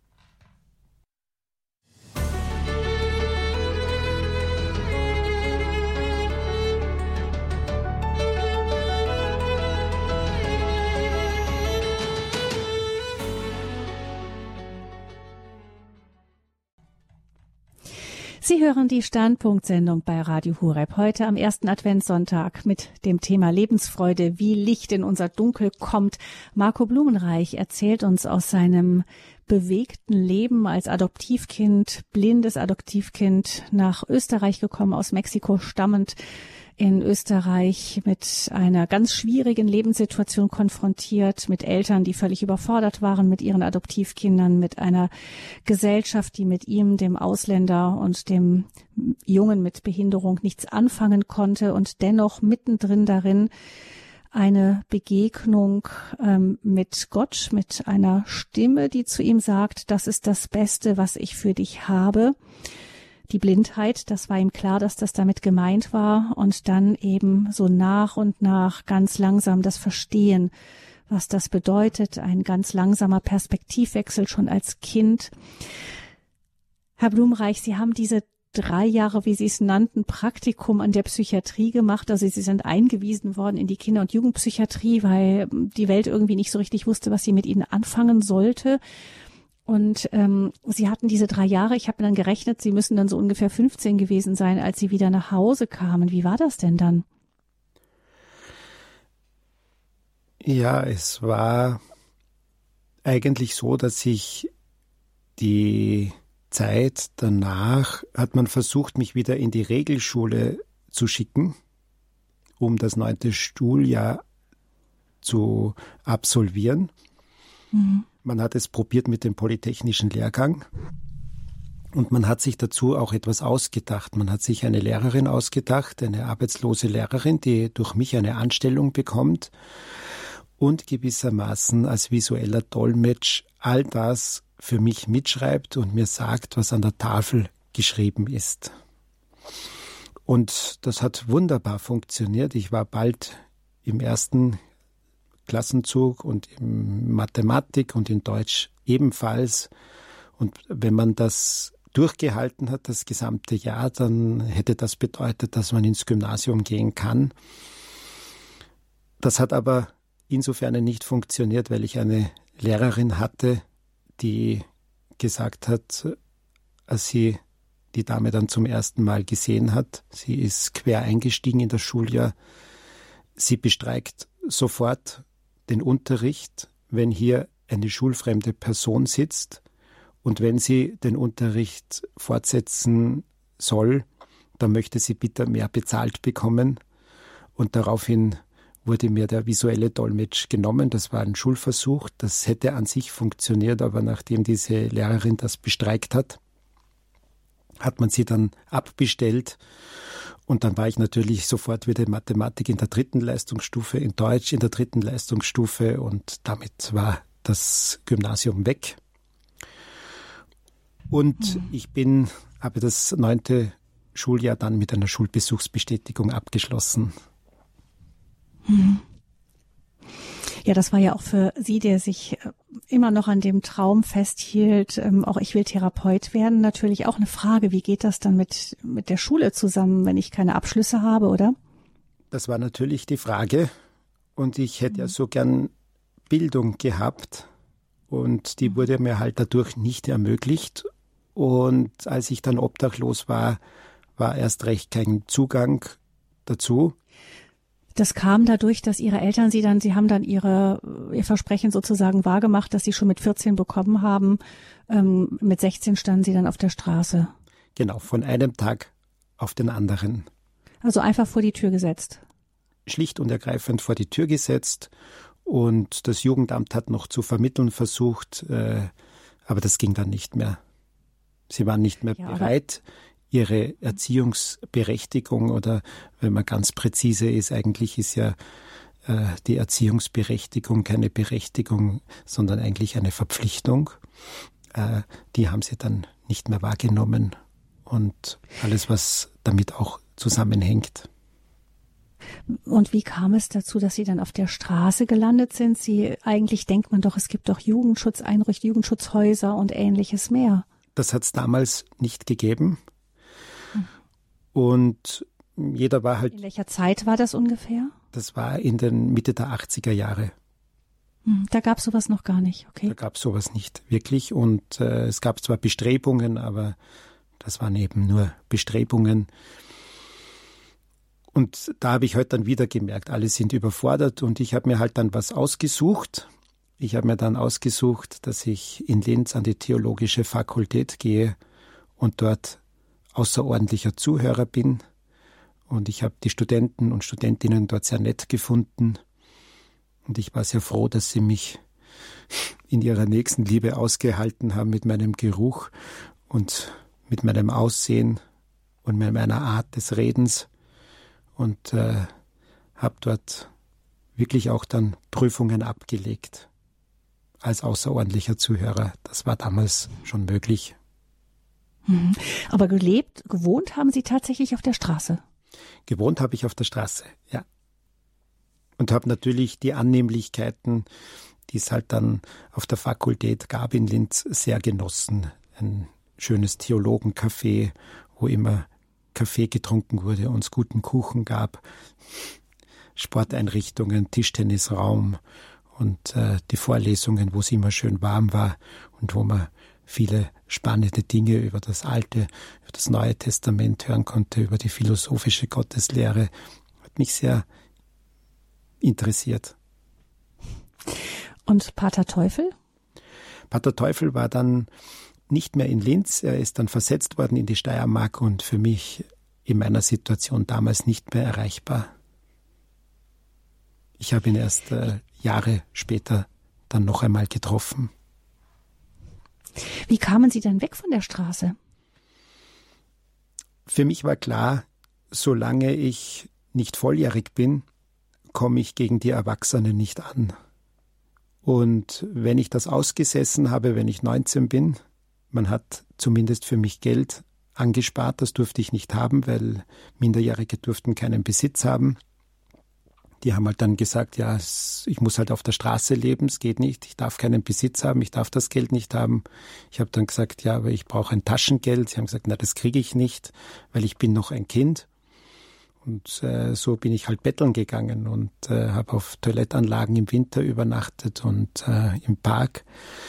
Sie hören die Standpunktsendung bei Radio Horeb heute am ersten Adventssonntag mit dem Thema Lebensfreude, wie Licht in unser Dunkel kommt. Marco Blumenreich erzählt uns aus seinem bewegten Leben als Adoptivkind, blindes Adoptivkind, nach Österreich gekommen, aus Mexiko stammend, in Österreich mit einer ganz schwierigen Lebenssituation konfrontiert, mit Eltern, die völlig überfordert waren mit ihren Adoptivkindern, mit einer Gesellschaft, die mit ihm, dem Ausländer und dem Jungen mit Behinderung nichts anfangen konnte und dennoch mittendrin darin eine Begegnung ähm, mit Gott, mit einer Stimme, die zu ihm sagt, das ist das Beste, was ich für dich habe. Die Blindheit, das war ihm klar, dass das damit gemeint war, und dann eben so nach und nach ganz langsam das Verstehen, was das bedeutet, ein ganz langsamer Perspektivwechsel schon als Kind. Herr Blumenreich, Sie haben diese drei Jahre, wie Sie es nannten, Praktikum an der Psychiatrie gemacht. Also Sie sind eingewiesen worden in die Kinder- und Jugendpsychiatrie, weil die Welt irgendwie nicht so richtig wusste, was sie mit Ihnen anfangen sollte. Und ähm, Sie hatten diese drei Jahre, ich habe dann gerechnet, Sie müssen dann so ungefähr fünfzehn gewesen sein, als Sie wieder nach Hause kamen. Wie war das denn dann? Ja, es war eigentlich so, dass ich die Zeit danach, hat man versucht, mich wieder in die Regelschule zu schicken, um das neunte Schuljahr zu absolvieren. Mhm. Man hat es probiert mit dem polytechnischen Lehrgang und man hat sich dazu auch etwas ausgedacht. Man hat sich eine Lehrerin ausgedacht, eine arbeitslose Lehrerin, die durch mich eine Anstellung bekommt und gewissermaßen als visueller Dolmetsch all das für mich mitschreibt und mir sagt, was an der Tafel geschrieben ist. Und das hat wunderbar funktioniert. Ich war bald im ersten Klassenzug und in Mathematik und in Deutsch ebenfalls. Und wenn man das durchgehalten hat, das gesamte Jahr, dann hätte das bedeutet, dass man ins Gymnasium gehen kann. Das hat aber insofern nicht funktioniert, weil ich eine Lehrerin hatte, die gesagt hat, als sie die Dame dann zum ersten Mal gesehen hat, sie ist quer eingestiegen in das Schuljahr, sie bestreikt sofort den Unterricht, wenn hier eine schulfremde Person sitzt und wenn sie den Unterricht fortsetzen soll, dann möchte sie bitte mehr bezahlt bekommen. Und daraufhin wurde mir der visuelle Dolmetsch genommen. Das war ein Schulversuch. Das hätte an sich funktioniert, aber nachdem diese Lehrerin das bestreikt hat, hat man sie dann abbestellt. Und dann war ich natürlich sofort wieder in Mathematik in der dritten Leistungsstufe, in Deutsch in der dritten Leistungsstufe und damit war das Gymnasium weg. Und mhm. ich bin, habe das neunte Schuljahr dann mit einer Schulbesuchsbestätigung abgeschlossen. Mhm. Ja, das war ja auch für Sie, der sich immer noch an dem Traum festhielt, ähm, auch ich will Therapeut werden, natürlich auch eine Frage, wie geht das dann mit, mit der Schule zusammen, wenn ich keine Abschlüsse habe, oder? Das war natürlich die Frage und ich hätte mhm. ja so gern Bildung gehabt und die mhm. wurde mir halt dadurch nicht ermöglicht und als ich dann obdachlos war, war erst recht kein Zugang dazu. Das kam dadurch, dass Ihre Eltern Sie dann, Sie haben dann Ihre, Ihr Versprechen sozusagen wahrgemacht, dass Sie schon mit vierzehn bekommen haben. Ähm, mit sechzehn standen Sie dann auf der Straße. Genau, von einem Tag auf den anderen. Also einfach vor die Tür gesetzt. Schlicht und ergreifend vor die Tür gesetzt. Und das Jugendamt hat noch zu vermitteln versucht, äh, aber das ging dann nicht mehr. Sie waren nicht mehr ja, bereit, ihre Erziehungsberechtigung oder wenn man ganz präzise ist, eigentlich ist ja äh, die Erziehungsberechtigung keine Berechtigung, sondern eigentlich eine Verpflichtung. Äh, die haben sie dann nicht mehr wahrgenommen und alles, was damit auch zusammenhängt. Und wie kam es dazu, dass Sie dann auf der Straße gelandet sind? Sie, eigentlich denkt man doch, es gibt doch Jugendschutzeinrichtungen, Jugendschutzhäuser und Ähnliches mehr. Das hat es damals nicht gegeben. Und jeder war halt... In welcher Zeit war das ungefähr? Das war in den Mitte der achtziger Jahre. Da gab es sowas noch gar nicht, okay. Da gab es sowas nicht wirklich. Und äh, es gab zwar Bestrebungen, aber das waren eben nur Bestrebungen. Und da habe ich halt dann wieder gemerkt, alle sind überfordert. Und ich habe mir halt dann was ausgesucht. Ich habe mir dann ausgesucht, dass ich in Linz an die Theologische Fakultät gehe und dort außerordentlicher Zuhörer bin und ich habe die Studenten und Studentinnen dort sehr nett gefunden und ich war sehr froh, dass sie mich in ihrer Nächstenliebe ausgehalten haben mit meinem Geruch und mit meinem Aussehen und mit meiner Art des Redens und äh, habe dort wirklich auch dann Prüfungen abgelegt als außerordentlicher Zuhörer. Das war damals schon möglich. Aber gelebt, gewohnt haben Sie tatsächlich auf der Straße? Gewohnt habe ich auf der Straße, ja. Und habe natürlich die Annehmlichkeiten, die es halt dann auf der Fakultät gab in Linz, sehr genossen. Ein schönes Theologencafé, wo immer Kaffee getrunken wurde und es guten Kuchen gab. Sporteinrichtungen, Tischtennisraum und äh, die Vorlesungen, wo es immer schön warm war und wo man viele spannende Dinge über das Alte, über das Neue Testament hören konnte, über die philosophische Gotteslehre. Hat mich sehr interessiert. Und Pater Teufel? Pater Teufel war dann nicht mehr in Linz. Er ist dann versetzt worden in die Steiermark und für mich in meiner Situation damals nicht mehr erreichbar. Ich habe ihn erst äh, Jahre später dann noch einmal getroffen. Wie kamen Sie dann weg von der Straße? Für mich war klar, solange ich nicht volljährig bin, komme ich gegen die Erwachsenen nicht an. Und wenn ich das ausgesessen habe, wenn ich neunzehn bin, man hat zumindest für mich Geld angespart, das durfte ich nicht haben, weil Minderjährige durften keinen Besitz haben. Die haben halt dann gesagt, ja, ich muss halt auf der Straße leben, es geht nicht, ich darf keinen Besitz haben, ich darf das Geld nicht haben. Ich habe dann gesagt, ja, aber ich brauche ein Taschengeld. Sie haben gesagt, na, das kriege ich nicht, weil ich bin noch ein Kind. Und äh, so bin ich halt betteln gegangen und äh, habe auf Toilettanlagen im Winter übernachtet und äh, im Park.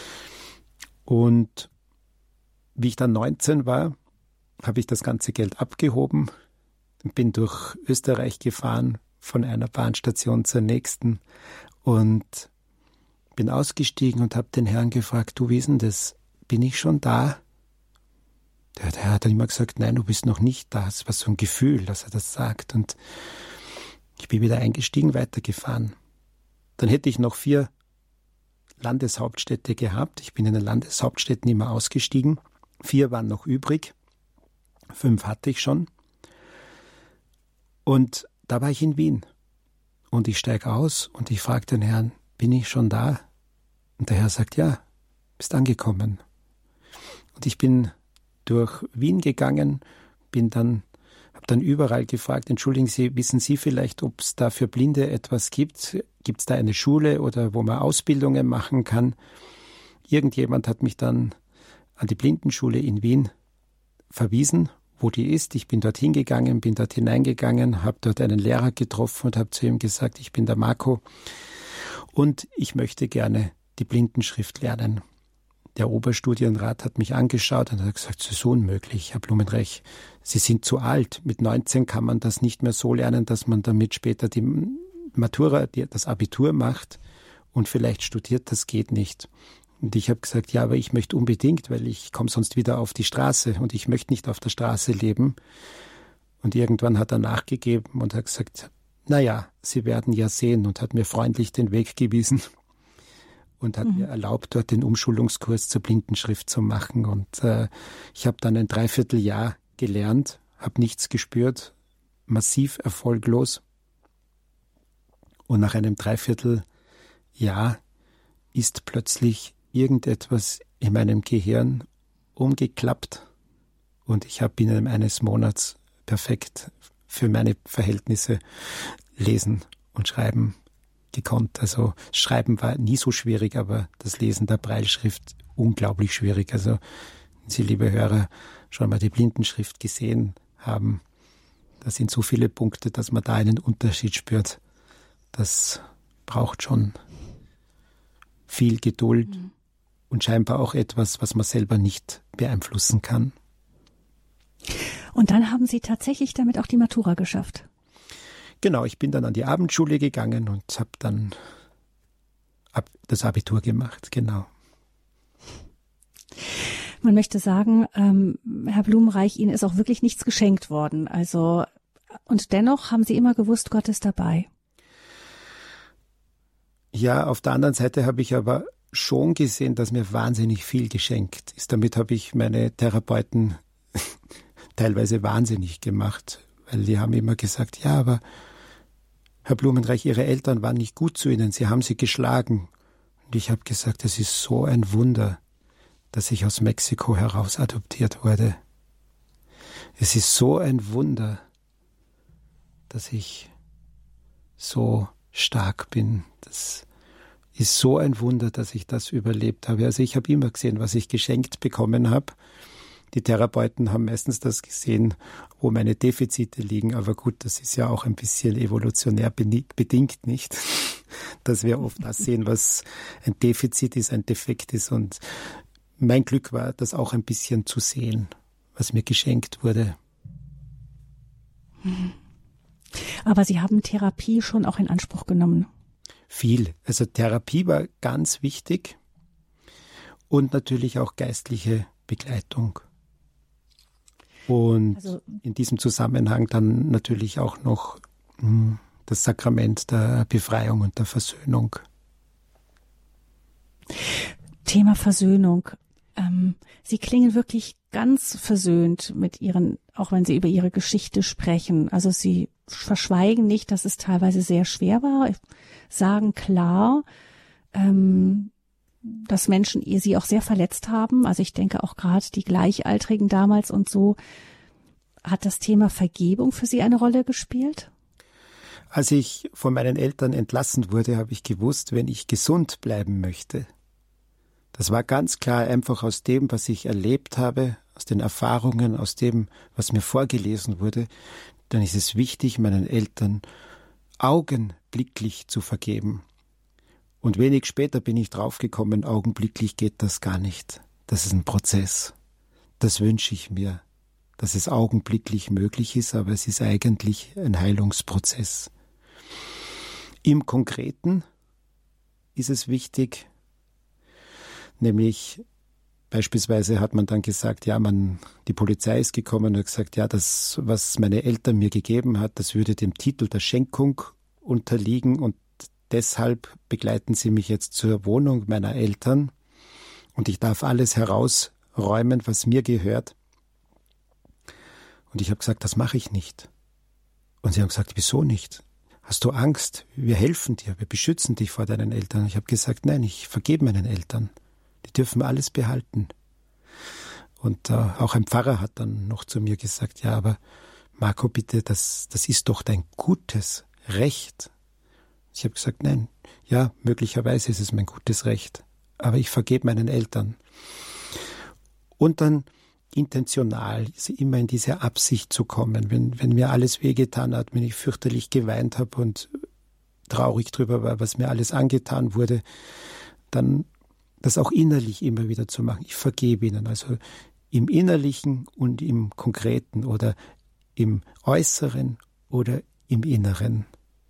Und wie ich dann neunzehn war, habe ich das ganze Geld abgehoben und bin durch Österreich gefahren, von einer Bahnstation zur nächsten und bin ausgestiegen und habe den Herrn gefragt, du, wie ist denn das? Bin ich schon da? Der, der hat dann immer gesagt, nein, du bist noch nicht da. Es war so ein Gefühl, dass er das sagt. Und ich bin wieder eingestiegen, weitergefahren. Dann hätte ich noch vier Landeshauptstädte gehabt. Ich bin in den Landeshauptstädten immer ausgestiegen. Vier waren noch übrig. Fünf hatte ich schon. Und da war ich in Wien. Und ich steige aus und ich frage den Herrn, bin ich schon da? Und der Herr sagt, ja, bist angekommen. Und ich bin durch Wien gegangen, bin dann, habe dann überall gefragt, entschuldigen Sie, wissen Sie vielleicht, ob es da für Blinde etwas gibt? Gibt es da eine Schule oder wo man Ausbildungen machen kann? Irgendjemand hat mich dann an die Blindenschule in Wien verwiesen, wo die ist. Ich bin dorthin gegangen, bin dort hineingegangen, habe dort einen Lehrer getroffen und habe zu ihm gesagt, ich bin der Marco und ich möchte gerne die Blindenschrift lernen. Der Oberstudienrat hat mich angeschaut und hat gesagt, das ist unmöglich, Herr Blumenreich, Sie sind zu alt. Mit neunzehn kann man das nicht mehr so lernen, dass man damit später die Matura, die, das Abitur macht und vielleicht studiert, das geht nicht. Und ich habe gesagt, ja, aber ich möchte unbedingt, weil ich komme sonst wieder auf die Straße und ich möchte nicht auf der Straße leben. Und irgendwann hat er nachgegeben und hat gesagt, naja, Sie werden ja sehen, und hat mir freundlich den Weg gewiesen. Und hat mhm. mir erlaubt, dort den Umschulungskurs zur Blindenschrift zu machen. Und äh, ich habe dann ein Dreivierteljahr gelernt, habe nichts gespürt, massiv erfolglos. Und nach einem Dreivierteljahr ist plötzlich irgendetwas in meinem Gehirn umgeklappt. Und ich habe binnen eines Monats perfekt für meine Verhältnisse lesen und schreiben gekonnt. Also Schreiben war nie so schwierig, aber das Lesen der Brailleschrift unglaublich schwierig. Also wenn Sie, liebe Hörer, schon mal die Blindenschrift gesehen haben, da sind so viele Punkte, dass man da einen Unterschied spürt. Das braucht schon viel Geduld mhm. und scheinbar auch etwas, was man selber nicht beeinflussen kann. Und dann haben Sie tatsächlich damit auch die Matura geschafft? Genau, ich bin dann an die Abendschule gegangen und habe dann das Abitur gemacht, genau. Man möchte sagen, ähm, Herr Blumenreich, Ihnen ist auch wirklich nichts geschenkt worden. Also, und dennoch haben Sie immer gewusst, Gott ist dabei. Ja, auf der anderen Seite habe ich aber schon gesehen, dass mir wahnsinnig viel geschenkt ist. Damit habe ich meine Therapeuten teilweise wahnsinnig gemacht, weil die haben immer gesagt, ja, aber Herr Blumenreich, Ihre Eltern waren nicht gut zu Ihnen, Sie haben sie geschlagen. Und ich habe gesagt, es ist so ein Wunder, dass ich aus Mexiko heraus adoptiert wurde. Es ist so ein Wunder, dass ich so stark bin. Das ist so ein Wunder, dass ich das überlebt habe. Also ich habe immer gesehen, was ich geschenkt bekommen habe. Die Therapeuten haben meistens das gesehen, wo meine Defizite liegen. Aber gut, das ist ja auch ein bisschen evolutionär bedingt, nicht? Dass wir oft das sehen, was ein Defizit ist, ein Defekt ist. Und mein Glück war, das auch ein bisschen zu sehen, was mir geschenkt wurde. Aber Sie haben Therapie schon auch in Anspruch genommen? Viel. Also Therapie war ganz wichtig und natürlich auch geistliche Begleitung. Und also, in diesem Zusammenhang dann natürlich auch noch mh, das Sakrament der Befreiung und der Versöhnung. Thema Versöhnung. Ähm, Sie klingen wirklich ganz versöhnt mit Ihren, auch wenn Sie über Ihre Geschichte sprechen. Also Sie verschweigen nicht, dass es teilweise sehr schwer war, sagen klar, ähm, dass Menschen Sie auch sehr verletzt haben. Also ich denke auch gerade die Gleichaltrigen damals und so. Hat das Thema Vergebung für Sie eine Rolle gespielt? Als ich von meinen Eltern entlassen wurde, habe ich gewusst, wenn ich gesund bleiben möchte. Das war ganz klar einfach aus dem, was ich erlebt habe, aus den Erfahrungen, aus dem, was mir vorgelesen wurde, dann ist es wichtig, meinen Eltern augenblicklich zu vergeben. Und wenig später bin ich draufgekommen, augenblicklich geht das gar nicht. Das ist ein Prozess. Das wünsche ich mir, dass es augenblicklich möglich ist, aber es ist eigentlich ein Heilungsprozess. Im Konkreten ist es wichtig, nämlich beispielsweise hat man dann gesagt, ja, man, die Polizei ist gekommen und hat gesagt, ja, das, was meine Eltern mir gegeben hat, das würde dem Titel der Schenkung unterliegen und deshalb begleiten sie mich jetzt zur Wohnung meiner Eltern und ich darf alles herausräumen, was mir gehört. Und ich habe gesagt, das mache ich nicht. Und sie haben gesagt, wieso nicht? Hast du Angst? Wir helfen dir, wir beschützen dich vor deinen Eltern. Ich habe gesagt, nein, ich vergebe meinen Eltern. Die dürfen alles behalten. Und äh, auch ein Pfarrer hat dann noch zu mir gesagt, ja, aber Marco, bitte, das, das ist doch dein gutes Recht. Ich habe gesagt, nein, ja, möglicherweise ist es mein gutes Recht, aber ich vergebe meinen Eltern. Und dann intentional, immer in diese Absicht zu kommen, wenn, wenn mir alles wehgetan hat, wenn ich fürchterlich geweint habe und traurig drüber war, was mir alles angetan wurde, dann das auch innerlich immer wieder zu machen. Ich vergebe ihnen, also im Innerlichen und im Konkreten oder im Äußeren oder im Inneren.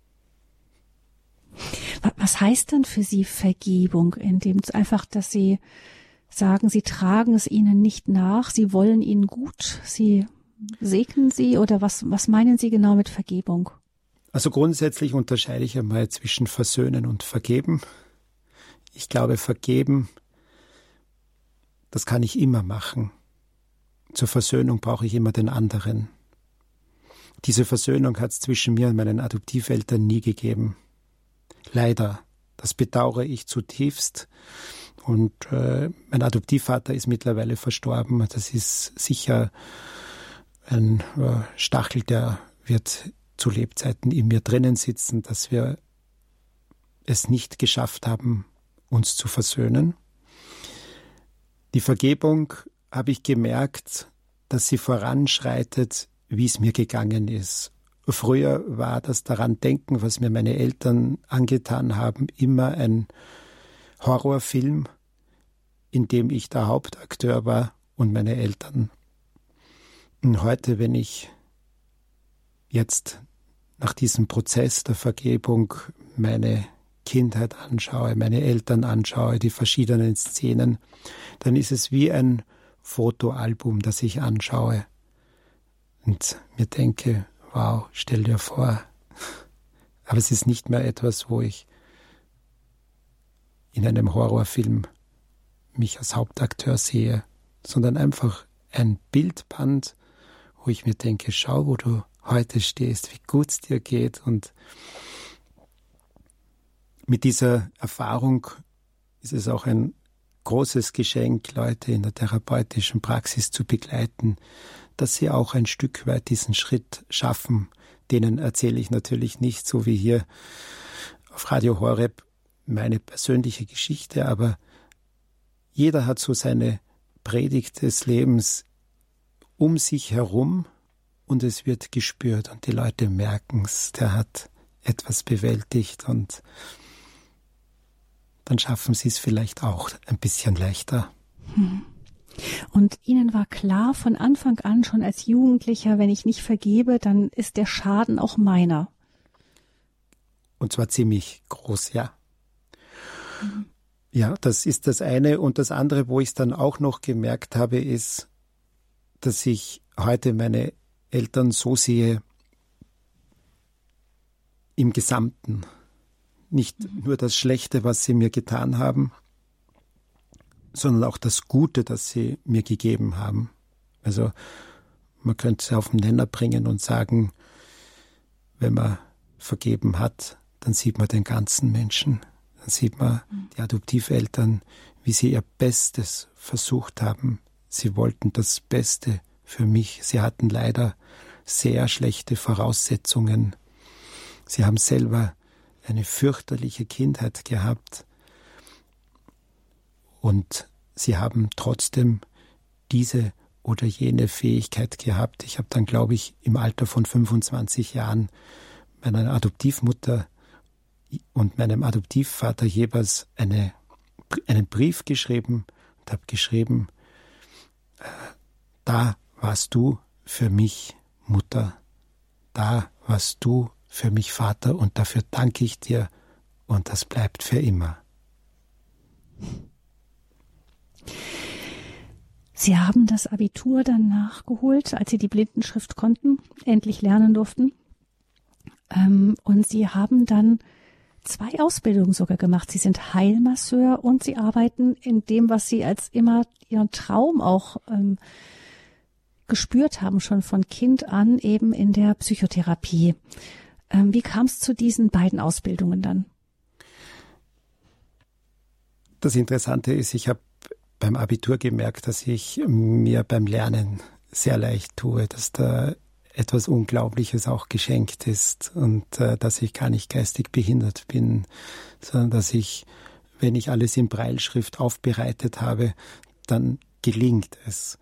Was heißt denn für Sie Vergebung? In dem einfach, dass Sie sagen, Sie tragen es ihnen nicht nach, Sie wollen ihnen gut, Sie segnen sie oder was, was meinen Sie genau mit Vergebung? Also grundsätzlich unterscheide ich einmal zwischen Versöhnen und Vergeben. Ich glaube, Vergeben, das kann ich immer machen. Zur Versöhnung brauche ich immer den anderen. Diese Versöhnung hat es zwischen mir und meinen Adoptiveltern nie gegeben. Leider. Das bedauere ich zutiefst. Und äh, mein Adoptivvater ist mittlerweile verstorben. Das ist sicher ein äh, Stachel, der wird zu Lebzeiten in mir drinnen sitzen, dass wir es nicht geschafft haben, uns zu versöhnen. Die Vergebung habe ich gemerkt, dass sie voranschreitet, wie es mir gegangen ist. Früher war das daran denken, was mir meine Eltern angetan haben, immer ein Horrorfilm, in dem ich der Hauptakteur war und meine Eltern. Und heute, wenn ich jetzt nach diesem Prozess der Vergebung meine Kindheit anschaue, meine Eltern anschaue, die verschiedenen Szenen, dann ist es wie ein Fotoalbum, das ich anschaue und mir denke, wow, stell dir vor. Aber es ist nicht mehr etwas, wo ich in einem Horrorfilm mich als Hauptakteur sehe, sondern einfach ein Bildband, wo ich mir denke, schau, wo du heute stehst, wie gut es dir geht. Und mit dieser Erfahrung ist es auch ein großes Geschenk, Leute in der therapeutischen Praxis zu begleiten, dass sie auch ein Stück weit diesen Schritt schaffen. Denen erzähle ich natürlich nicht, so wie hier auf Radio Horeb, meine persönliche Geschichte, aber jeder hat so seine Predigt des Lebens um sich herum und es wird gespürt und die Leute merken es, der hat etwas bewältigt und dann schaffen sie es vielleicht auch ein bisschen leichter. Hm. Und Ihnen war klar von Anfang an, schon als Jugendlicher, wenn ich nicht vergebe, dann ist der Schaden auch meiner. Und zwar ziemlich groß, ja. Mhm. Ja, das ist das eine. Und das andere, wo ich es dann auch noch gemerkt habe, ist, dass ich heute meine Eltern so sehe im Gesamten. Nicht mhm. nur das Schlechte, was sie mir getan haben, sondern auch das Gute, das sie mir gegeben haben. Also man könnte es auf den Nenner bringen und sagen, wenn man vergeben hat, dann sieht man den ganzen Menschen. Dann sieht man die Adoptiveltern, wie sie ihr Bestes versucht haben. Sie wollten das Beste für mich. Sie hatten leider sehr schlechte Voraussetzungen. Sie haben selber eine fürchterliche Kindheit gehabt. Und sie haben trotzdem diese oder jene Fähigkeit gehabt. Ich habe dann, glaube ich, im Alter von fünfundzwanzig Jahren meiner Adoptivmutter und meinem Adoptivvater jeweils eine, einen Brief geschrieben und habe geschrieben, äh, da warst du für mich Mutter, da warst du für mich Vater und dafür danke ich dir und das bleibt für immer. Sie haben das Abitur dann nachgeholt, als Sie die Blindenschrift konnten, endlich lernen durften. Und Sie haben dann zwei Ausbildungen sogar gemacht. Sie sind Heilmasseur und Sie arbeiten in dem, was Sie als immer Ihren Traum auch ähm, gespürt haben, schon von Kind an, eben in der Psychotherapie. Ähm, wie kam es zu diesen beiden Ausbildungen dann? Das Interessante ist, ich habe beim Abitur gemerkt, dass ich mir beim Lernen sehr leicht tue, dass da etwas Unglaubliches auch geschenkt ist und äh, dass ich gar nicht geistig behindert bin, sondern dass ich, wenn ich alles in Brailleschrift aufbereitet habe, dann gelingt es.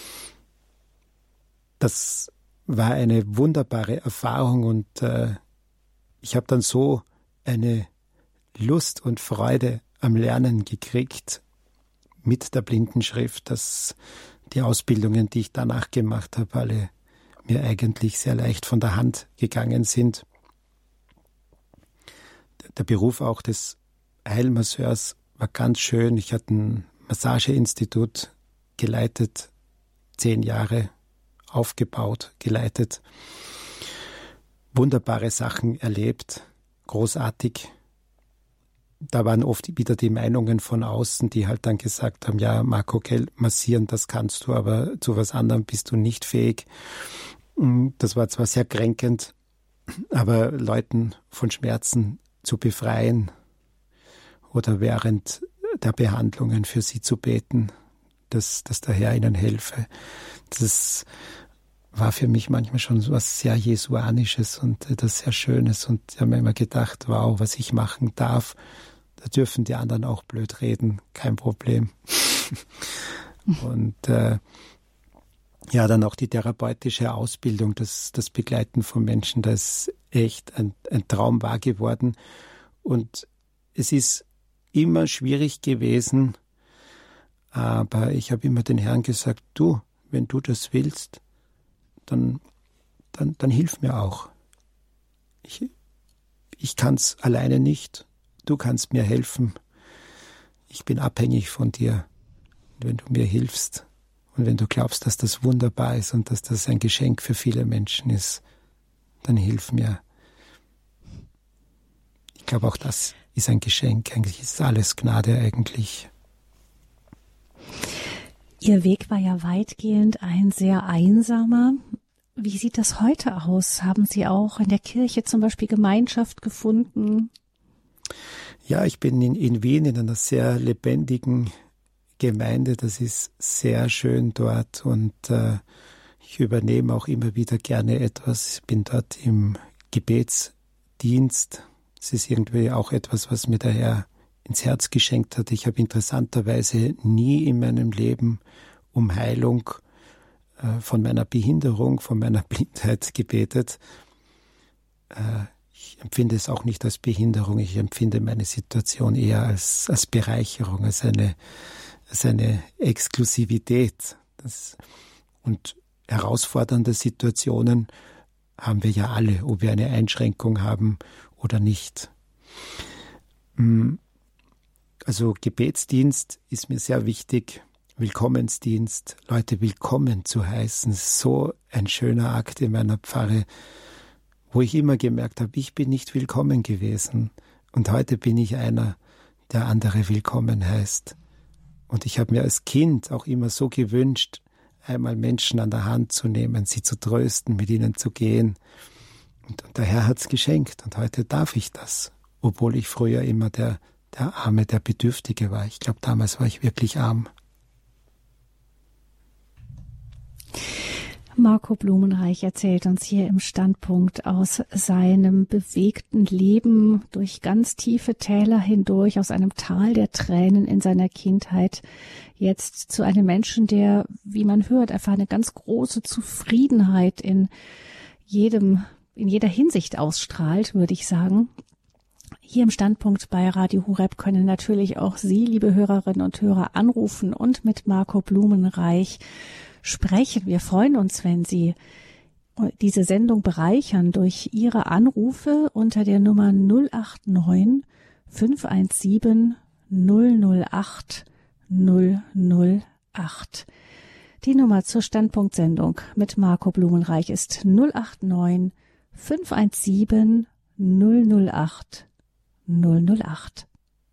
Das war eine wunderbare Erfahrung und äh, ich habe dann so eine Lust und Freude am Lernen gekriegt mit der Blindenschrift, dass die Ausbildungen, die ich danach gemacht habe, alle mir eigentlich sehr leicht von der Hand gegangen sind. Der Beruf auch des Heilmasseurs war ganz schön. Ich hatte ein Massageinstitut geleitet, zehn Jahre aufgebaut, geleitet, wunderbare Sachen erlebt, großartig. Da waren oft wieder die Meinungen von außen, die halt dann gesagt haben, ja, Marco, gell, massieren, das kannst du, aber zu was anderem bist du nicht fähig. Das war zwar sehr kränkend, aber Leuten von Schmerzen zu befreien oder während der Behandlungen für sie zu beten, dass, dass der Herr ihnen helfe, das war für mich manchmal schon was sehr Jesuanisches und etwas sehr Schönes. Und ich habe mir immer gedacht, wow, was ich machen darf, da dürfen die anderen auch blöd reden, kein Problem. Und äh, ja, dann auch die therapeutische Ausbildung, das, das Begleiten von Menschen, das ist echt ein, ein Traum wahr geworden. Und es ist immer schwierig gewesen, aber ich habe immer den Herrn gesagt, du, wenn du das willst, dann, dann, dann hilf mir auch. Ich, ich kann es alleine nicht, du kannst mir helfen. Ich bin abhängig von dir. Und wenn du mir hilfst und wenn du glaubst, dass das wunderbar ist und dass das ein Geschenk für viele Menschen ist, dann hilf mir. Ich glaube, auch das ist ein Geschenk. Eigentlich ist alles Gnade eigentlich. Ihr Weg war ja weitgehend ein sehr einsamer. Wie sieht das heute aus? Haben Sie auch in der Kirche zum Beispiel Gemeinschaft gefunden? Ja, ich bin in, in Wien in einer sehr lebendigen Gemeinde. Das ist sehr schön dort und äh, ich übernehme auch immer wieder gerne etwas. Ich bin dort im Gebetsdienst. Es ist irgendwie auch etwas, was mir der Herr ins Herz geschenkt hat. Ich habe interessanterweise nie in meinem Leben um Heilung äh, von meiner Behinderung, von meiner Blindheit gebetet. Äh, ich empfinde es auch nicht als Behinderung. Ich empfinde meine Situation eher als, als Bereicherung, als eine, als eine Exklusivität. Das, und herausfordernde Situationen haben wir ja alle, ob wir eine Einschränkung haben oder nicht. Also Gebetsdienst ist mir sehr wichtig, Willkommensdienst, Leute willkommen zu heißen, ist so ein schöner Akt in meiner Pfarre, wo ich immer gemerkt habe, ich bin nicht willkommen gewesen und heute bin ich einer, der andere willkommen heißt. Und ich habe mir als Kind auch immer so gewünscht, einmal Menschen an der Hand zu nehmen, sie zu trösten, mit ihnen zu gehen. Und, und der Herr hat es geschenkt und heute darf ich das, obwohl ich früher immer der, der Arme, der Bedürftige war. Ich glaube, damals war ich wirklich arm. Marco Blumenreich erzählt uns hier im Standpunkt aus seinem bewegten Leben durch ganz tiefe Täler hindurch, aus einem Tal der Tränen in seiner Kindheit, jetzt zu einem Menschen, der, wie man hört, einfach eine ganz große Zufriedenheit in jedem, in jeder Hinsicht ausstrahlt, würde ich sagen. Hier im Standpunkt bei Radio Horeb können natürlich auch Sie, liebe Hörerinnen und Hörer, anrufen und mit Marco Blumenreich sprechen. Wir freuen uns, wenn Sie diese Sendung bereichern durch Ihre Anrufe unter der Nummer null acht neun fünf eins sieben null null acht null null acht. Die Nummer zur Standpunktsendung mit Marco Blumenreich ist null acht neun fünf eins sieben null null acht null null acht.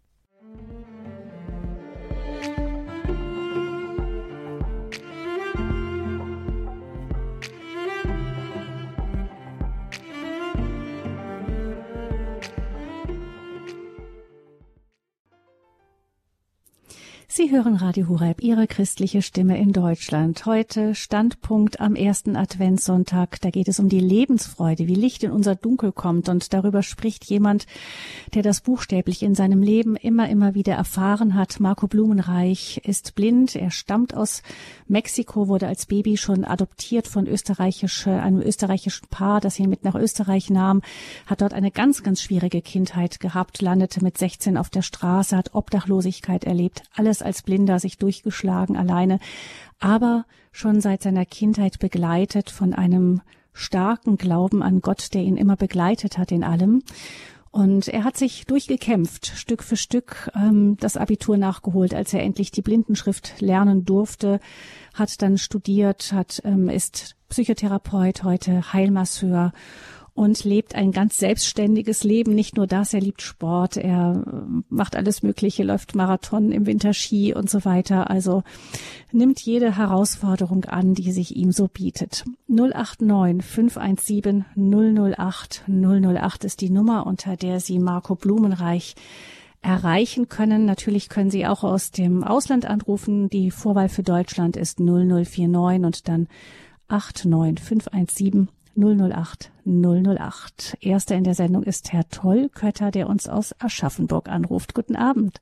Sie hören Radio Horeb, Ihre christliche Stimme in Deutschland. Heute Standpunkt am ersten Adventssonntag. Da geht es um die Lebensfreude, wie Licht in unser Dunkel kommt. Und darüber spricht jemand, der das buchstäblich in seinem Leben immer, immer wieder erfahren hat. Marco Blumenreich ist blind. Er stammt aus Mexiko, wurde als Baby schon adoptiert von österreichische, einem österreichischen Paar, das ihn mit nach Österreich nahm, hat dort eine ganz, ganz schwierige Kindheit gehabt, landete mit sechzehn auf der Straße, hat Obdachlosigkeit erlebt, alles als Blinder, sich durchgeschlagen alleine, aber schon seit seiner Kindheit begleitet von einem starken Glauben an Gott, der ihn immer begleitet hat in allem. Und er hat sich durchgekämpft, Stück für Stück, ähm, das Abitur nachgeholt, als er endlich die Blindenschrift lernen durfte, hat dann studiert, hat ähm, ist Psychotherapeut, heute Heilmasseur und lebt ein ganz selbstständiges Leben. Nicht nur das, er liebt Sport, er macht alles Mögliche, läuft Marathon im Winter Ski und so weiter. Also nimmt jede Herausforderung an, die sich ihm so bietet. null acht neun fünf eins sieben null null acht null null acht ist die Nummer, unter der Sie Marco Blumenreich erreichen können. Natürlich können Sie auch aus dem Ausland anrufen. Die Vorwahl für Deutschland ist null null vier neun und dann acht neun fünf eins sieben null null acht null null acht. Erster in der Sendung ist Herr Tollkötter, der uns aus Aschaffenburg anruft. Guten Abend.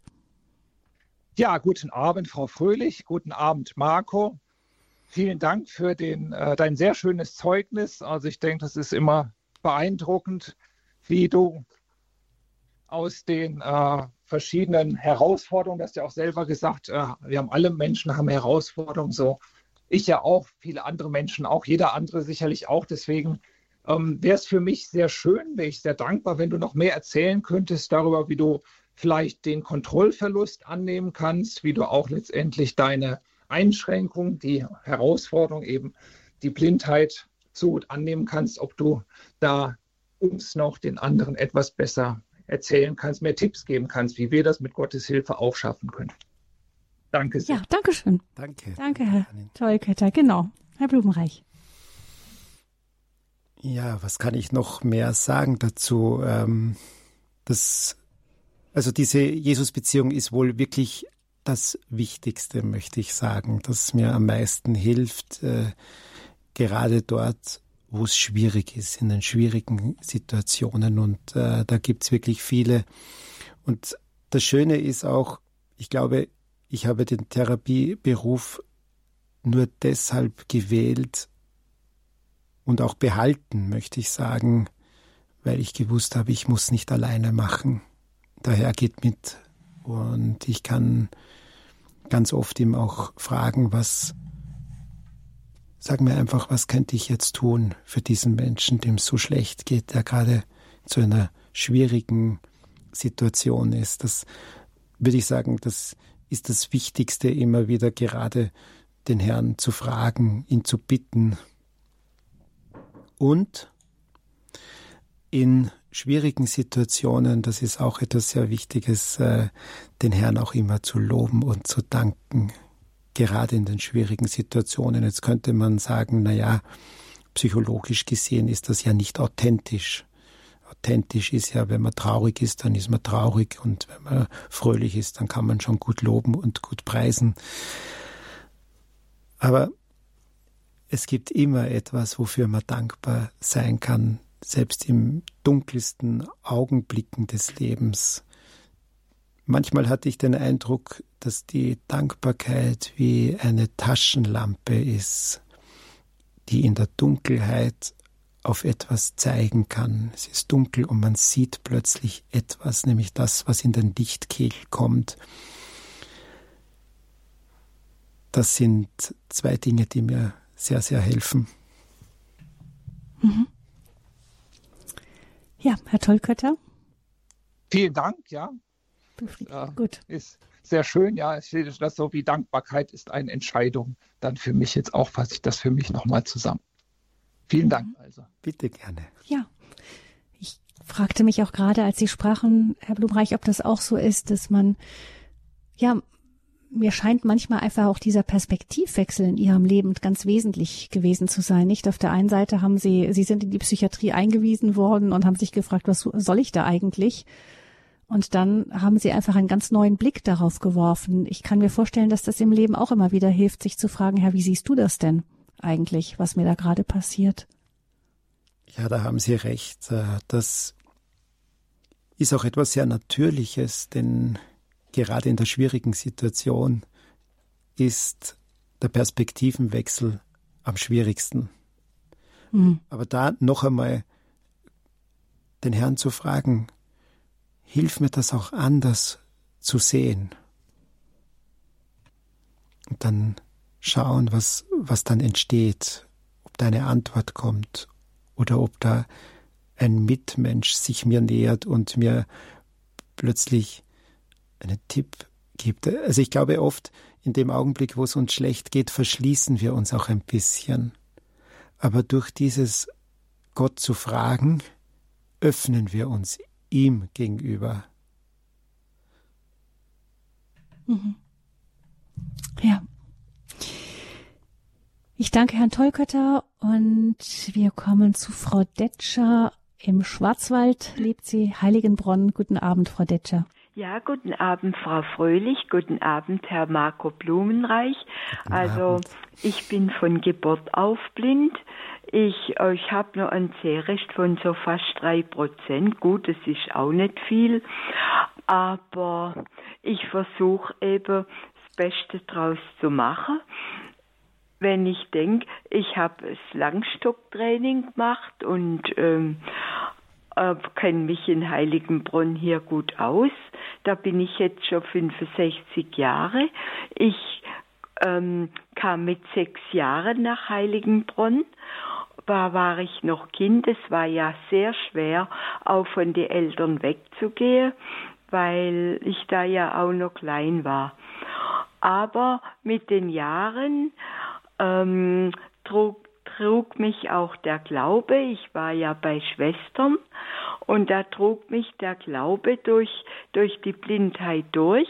Ja, guten Abend, Frau Fröhlich. Guten Abend, Marco. Vielen Dank für den, äh, dein sehr schönes Zeugnis. Also ich denke, das ist immer beeindruckend, wie du aus den äh, verschiedenen Herausforderungen, das hast du ja auch selber gesagt, äh, wir haben alle Menschen haben Herausforderungen, so ich ja auch, viele andere Menschen auch, jeder andere sicherlich auch. Deswegen ähm, wäre es für mich sehr schön, wäre ich sehr dankbar, wenn du noch mehr erzählen könntest darüber, wie du vielleicht den Kontrollverlust annehmen kannst, wie du auch letztendlich deine Einschränkung, die Herausforderung eben, die Blindheit so gut annehmen kannst, ob du da uns noch den anderen etwas besser erzählen kannst, mehr Tipps geben kannst, wie wir das mit Gottes Hilfe auch schaffen können. Danke sehr. Ja, danke schön. Danke. Danke, Herr Tollkötter. Genau, Herr Blumenreich. Ja, was kann ich noch mehr sagen dazu? Ähm, das, also diese Jesus-Beziehung ist wohl wirklich das Wichtigste, möchte ich sagen, das mir am meisten hilft, äh, gerade dort, wo es schwierig ist, in den schwierigen Situationen. Und äh, da gibt es wirklich viele. Und das Schöne ist auch, ich glaube, ich habe den Therapieberuf nur deshalb gewählt und auch behalten, möchte ich sagen, weil ich gewusst habe, ich muss nicht alleine machen. Daher geht mit. Und ich kann ganz oft ihm auch fragen, was, sag mir einfach, was könnte ich jetzt tun für diesen Menschen, dem es so schlecht geht, der gerade zu einer schwierigen Situation ist. Das würde ich sagen, das ist das Wichtigste, immer wieder gerade den Herrn zu fragen, ihn zu bitten. Und in schwierigen Situationen, das ist auch etwas sehr Wichtiges, den Herrn auch immer zu loben und zu danken, gerade in den schwierigen Situationen. Jetzt könnte man sagen, na ja, psychologisch gesehen ist das ja nicht authentisch. Authentisch ist ja, wenn man traurig ist, dann ist man traurig, und wenn man fröhlich ist, dann kann man schon gut loben und gut preisen. Aber es gibt immer etwas, wofür man dankbar sein kann, selbst im dunkelsten Augenblicken des Lebens. Manchmal hatte ich den Eindruck, dass die Dankbarkeit wie eine Taschenlampe ist, die in der Dunkelheit auf etwas zeigen kann. Es ist dunkel und man sieht plötzlich etwas, nämlich das, was in den Lichtkegel kommt. Das sind zwei Dinge, die mir sehr, sehr helfen. Mhm. Ja, Herr Tollkötter. Vielen Dank, ja. Ja, gut. Ist sehr schön, ja. Ich sehe das so wie Dankbarkeit ist eine Entscheidung. Dann für mich jetzt auch, fasse ich das für mich nochmal zusammen. Vielen Dank also. Bitte gerne. Ja, ich fragte mich auch gerade, als Sie sprachen, Herr Blumreich, ob das auch so ist, dass man, ja, mir scheint manchmal einfach auch dieser Perspektivwechsel in Ihrem Leben ganz wesentlich gewesen zu sein. Nicht auf der einen Seite haben Sie, Sie sind in die Psychiatrie eingewiesen worden und haben sich gefragt, was soll ich da eigentlich? Und dann haben Sie einfach einen ganz neuen Blick darauf geworfen. Ich kann mir vorstellen, dass das im Leben auch immer wieder hilft, sich zu fragen, Herr, wie siehst du das denn eigentlich, was mir da gerade passiert? Ja, da haben Sie recht. Das ist auch etwas sehr Natürliches, denn gerade in der schwierigen Situation ist der Perspektivenwechsel am schwierigsten. Mhm. Aber da noch einmal den Herrn zu fragen, hilf mir das auch anders zu sehen. Und dann schauen, was, was dann entsteht, ob da eine Antwort kommt oder ob da ein Mitmensch sich mir nähert und mir plötzlich einen Tipp gibt. Also ich glaube oft, in dem Augenblick, wo es uns schlecht geht, verschließen wir uns auch ein bisschen. Aber durch dieses Gott zu fragen, öffnen wir uns ihm gegenüber. Mhm. Ja. Ich danke Herrn Tolkötter und wir kommen zu Frau Detscher. Im Schwarzwald lebt sie, Heiligenbronn. Guten Abend, Frau Detscher. Ja, guten Abend, Frau Fröhlich. Guten Abend, Herr Marco Blumenreich. Guten also Abend. Ich bin von Geburt auf blind. Ich, ich habe nur einen Sehrest von so fast drei Prozent. Gut, das ist auch nicht viel. Aber ich versuche eben, das Beste draus zu machen. Wenn ich denke, ich habe das Langstocktraining gemacht und ähm, äh, kenne mich in Heiligenbronn hier gut aus. Da bin ich jetzt schon fünfundsechzig Jahre. Ich ähm, kam mit sechs Jahren nach Heiligenbronn. Da war ich noch Kind. Es war ja sehr schwer, auch von den Eltern wegzugehen, weil ich da ja auch noch klein war. Aber mit den Jahren ähm, trug, trug mich auch der Glaube. Ich war ja bei Schwestern und da trug mich der Glaube durch, durch die Blindheit durch.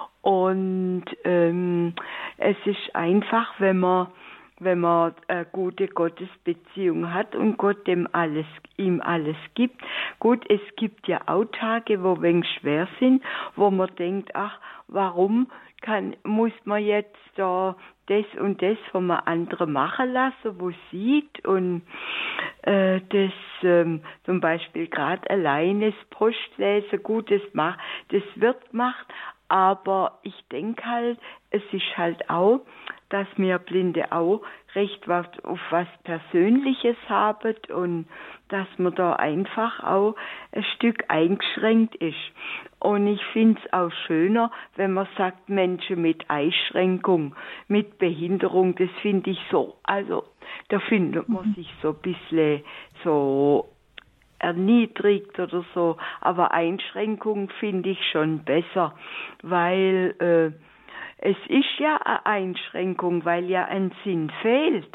Und ähm, es ist einfach, wenn man wenn man eine gute Gottesbeziehung hat und Gott dem alles, ihm alles gibt. Gut, es gibt ja auch Tage, wo wenig schwer sind, wo man denkt, ach, warum kann, muss man jetzt da das und das von einem anderen machen lassen, wo sieht und äh, das ähm, zum Beispiel gerade alleine das Postlesen, gut, das macht, das wird gemacht, aber ich denke halt, es ist halt auch, dass wir Blinde auch recht was, auf was Persönliches haben und dass man da einfach auch ein Stück eingeschränkt ist. Und ich finde es auch schöner, wenn man sagt, Menschen mit Einschränkung, mit Behinderung, das finde ich so, also da findet man mhm. sich so ein bisschen so erniedrigt oder so, aber Einschränkung finde ich schon besser, weil äh, es ist ja eine Einschränkung, weil ja ein Sinn fehlt.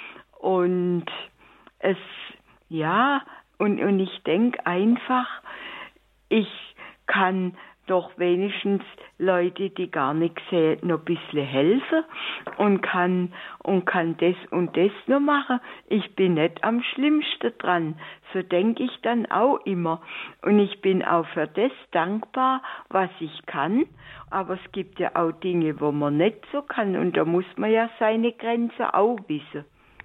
Und es, ja, und, und ich denke einfach, ich kann doch wenigstens Leute, die gar nichts sehen, noch ein bisschen helfen und kann, und kann das und das noch machen. Ich bin nicht am schlimmsten dran. So denke ich dann auch immer. Und ich bin auch für das dankbar, was ich kann. Aber es gibt ja auch Dinge, wo man nicht so kann. Und da muss man ja seine Grenzen auch wissen.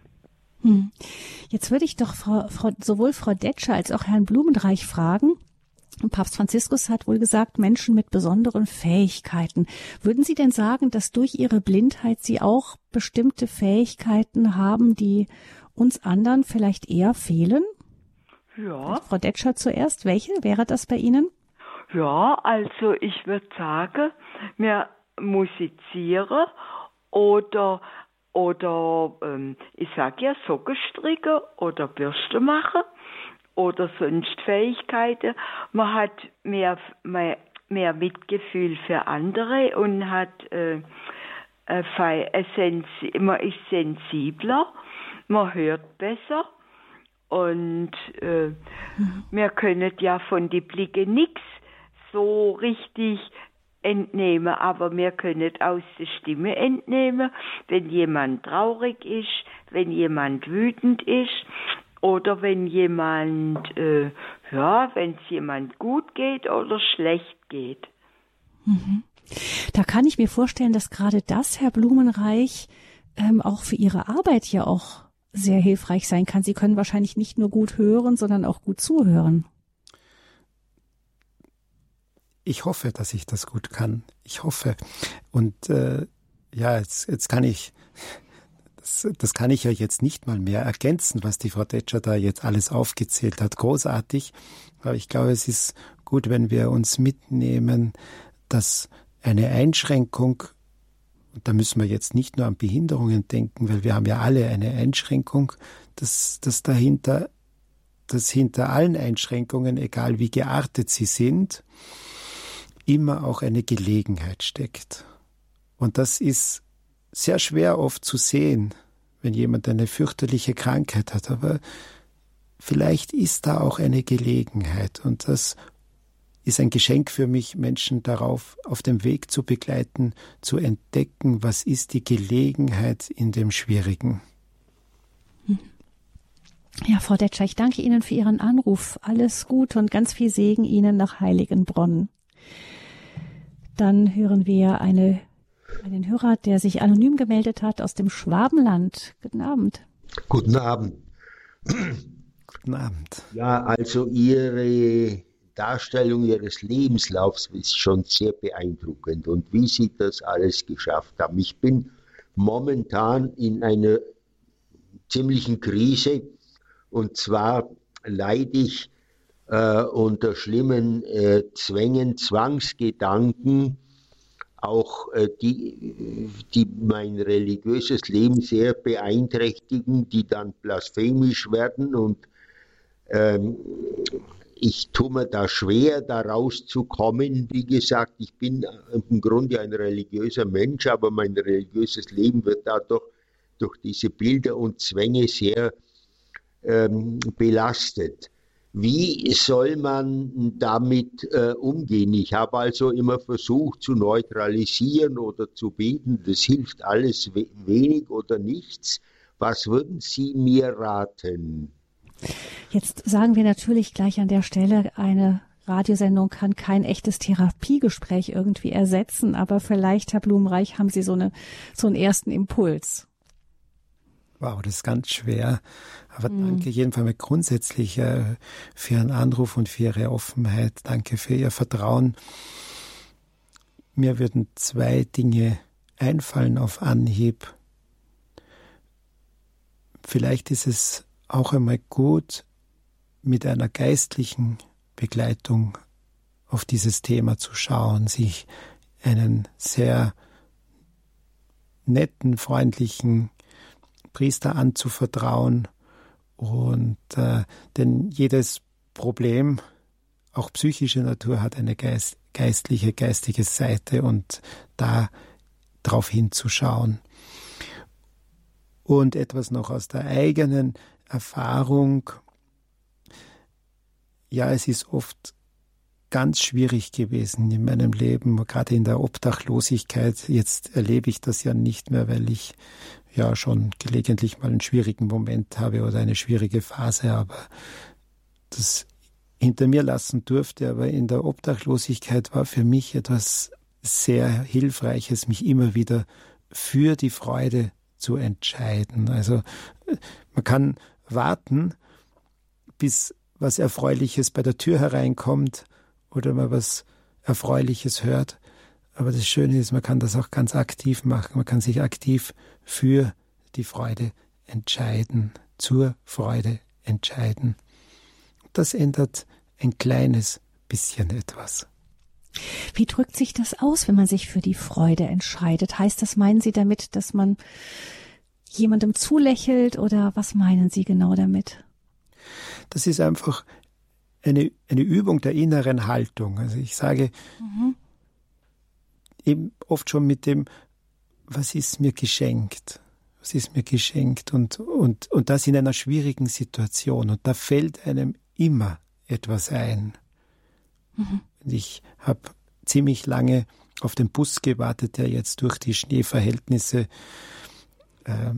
Hm. Jetzt würde ich doch Frau, Frau, sowohl Frau Detscher als auch Herrn Blumenreich fragen. Papst Franziskus hat wohl gesagt, Menschen mit besonderen Fähigkeiten. Würden Sie denn sagen, dass durch Ihre Blindheit Sie auch bestimmte Fähigkeiten haben, die uns anderen vielleicht eher fehlen? Ja. Frau Detscher zuerst, welche wäre das bei Ihnen? Ja, also ich würde sagen, wir musizieren oder oder ähm, ich sage ja Socken stricken oder Bürste machen oder sonst Fähigkeiten. Man hat mehr, mehr mehr Mitgefühl für andere und hat äh, man ist sensibler, man hört besser und äh, mhm. wir können ja von den Blicken nichts so richtig entnehmen, aber wir können aus der Stimme entnehmen, wenn jemand traurig ist, wenn jemand wütend ist oder wenn jemand, äh, ja, wenn es jemand gut geht oder schlecht geht. Mhm. Da kann ich mir vorstellen, dass gerade das, Herr Blumenreich, ähm, auch für Ihre Arbeit ja auch sehr hilfreich sein kann. Sie können wahrscheinlich nicht nur gut hören, sondern auch gut zuhören. Ich hoffe, dass ich das gut kann. Ich hoffe. Und äh, ja, jetzt, jetzt kann ich, das, das kann ich ja jetzt nicht mal mehr ergänzen, was die Frau Tetscher da jetzt alles aufgezählt hat. Großartig. Aber ich glaube, es ist gut, wenn wir uns mitnehmen, dass eine Einschränkung, und da müssen wir jetzt nicht nur an Behinderungen denken, weil wir haben ja alle eine Einschränkung, dass, dass dahinter, dass hinter allen Einschränkungen, egal wie geartet sie sind, immer auch eine Gelegenheit steckt. Und das ist sehr schwer oft zu sehen, wenn jemand eine fürchterliche Krankheit hat. Aber vielleicht ist da auch eine Gelegenheit. Und das ist ein Geschenk für mich, Menschen darauf auf dem Weg zu begleiten, zu entdecken, was ist die Gelegenheit in dem Schwierigen. Ja, Frau Tetscher, ich danke Ihnen für Ihren Anruf. Alles Gute und ganz viel Segen Ihnen nach Heiligenbronn. Dann hören wir eine, einen Hörer, der sich anonym gemeldet hat aus dem Schwabenland. Guten Abend. Guten Abend. Guten Abend. Ja, also Ihre Darstellung Ihres Lebenslaufs ist schon sehr beeindruckend und wie Sie das alles geschafft haben. Ich bin momentan in einer ziemlichen Krise und zwar leide ich äh, unter schlimmen äh, Zwängen, Zwangsgedanken, auch äh, die, die mein religiöses Leben sehr beeinträchtigen, die dann blasphemisch werden und ähm, ich tue mir da schwer, da rauszukommen. Wie gesagt, ich bin im Grunde ein religiöser Mensch, aber mein religiöses Leben wird dadurch durch diese Bilder und Zwänge sehr ähm, belastet. Wie soll man damit äh, umgehen? Ich habe also immer versucht zu neutralisieren oder zu beten. Das hilft alles we- wenig oder nichts. Was würden Sie mir raten? Jetzt sagen wir natürlich gleich an der Stelle, eine Radiosendung kann kein echtes Therapiegespräch irgendwie ersetzen, aber vielleicht, Herr Blumenreich, haben Sie so eine, so einen ersten Impuls. Wow, das ist ganz schwer. Aber mhm. danke jedenfalls grundsätzlich äh, für Ihren Anruf und für Ihre Offenheit. Danke für Ihr Vertrauen. Mir würden zwei Dinge einfallen auf Anhieb. Vielleicht ist es auch einmal gut, mit einer geistlichen Begleitung auf dieses Thema zu schauen, sich einen sehr netten, freundlichen Priester anzuvertrauen. Und äh, denn jedes Problem, auch psychische Natur, hat eine geist, geistliche, geistige Seite und da drauf hinzuschauen. Und etwas noch aus der eigenen Erfahrung. Ja, es ist oft ganz schwierig gewesen in meinem Leben, gerade in der Obdachlosigkeit. Jetzt erlebe ich das ja nicht mehr, weil ich ja schon gelegentlich mal einen schwierigen Moment habe oder eine schwierige Phase, aber das hinter mir lassen durfte. Aber in der Obdachlosigkeit war für mich etwas sehr Hilfreiches, mich immer wieder für die Freude zu entscheiden. Also man kann warten, bis was Erfreuliches bei der Tür hereinkommt oder man was Erfreuliches hört. Aber das Schöne ist, man kann das auch ganz aktiv machen. Man kann sich aktiv für die Freude entscheiden, zur Freude entscheiden. Das ändert ein kleines bisschen etwas. Wie drückt sich das aus, wenn man sich für die Freude entscheidet? Heißt das, meinen Sie damit, dass man jemandem zulächelt oder was meinen Sie genau damit? Das ist einfach eine, eine Übung der inneren Haltung. Also ich sage mhm. eben oft schon mit dem, was ist mir geschenkt? Was ist mir geschenkt? Und, und, und das in einer schwierigen Situation. Und da fällt einem immer etwas ein. Mhm. Ich habe ziemlich lange auf den Bus gewartet, der jetzt durch die Schneeverhältnisse äh,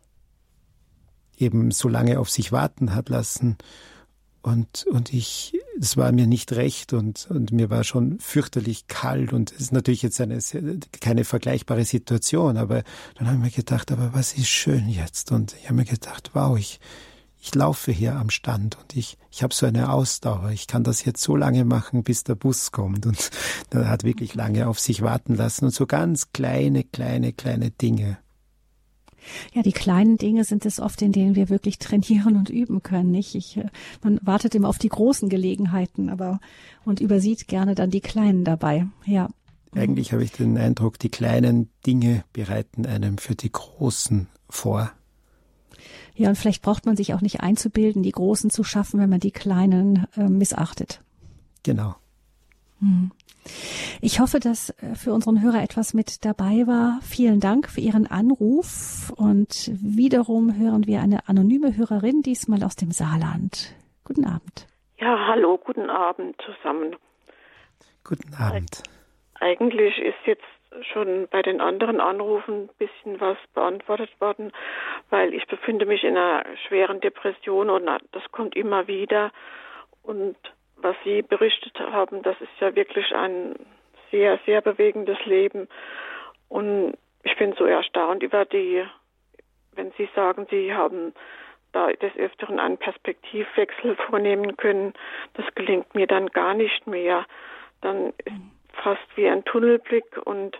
eben so lange auf sich warten hat lassen. Und, und ich, es war mir nicht recht und, und mir war schon fürchterlich kalt und es ist natürlich jetzt eine, keine vergleichbare Situation, aber dann habe ich mir gedacht, aber was ist schön jetzt? Und ich habe mir gedacht, wow, ich, ich laufe hier am Stand und ich, ich habe so eine Ausdauer, ich kann das jetzt so lange machen, bis der Bus kommt und der hat wirklich lange auf sich warten lassen und so ganz kleine, kleine, kleine Dinge. Ja, die kleinen Dinge sind es oft, in denen wir wirklich trainieren und üben können, nicht? Ich, man wartet immer auf die großen Gelegenheiten, aber und übersieht gerne dann die kleinen dabei. Ja. Eigentlich habe ich den Eindruck, die kleinen Dinge bereiten einem für die großen vor. Ja, und vielleicht braucht man sich auch nicht einzubilden, die großen zu schaffen, wenn man die kleinen äh, missachtet. Genau. Hm. Ich hoffe, dass für unseren Hörer etwas mit dabei war. Vielen Dank für Ihren Anruf. Und wiederum hören wir eine anonyme Hörerin, diesmal aus dem Saarland. Guten Abend. Ja, hallo, guten Abend zusammen. Guten Abend. Eigentlich ist jetzt schon bei den anderen Anrufen ein bisschen was beantwortet worden, weil ich befinde mich in einer schweren Depression und das kommt immer wieder. Und was Sie berichtet haben, das ist ja wirklich ein sehr, sehr bewegendes Leben. Und ich bin so erstaunt über die, wenn Sie sagen, Sie haben da des Öfteren einen Perspektivwechsel vornehmen können, das gelingt mir dann gar nicht mehr. Dann ist fast wie ein Tunnelblick und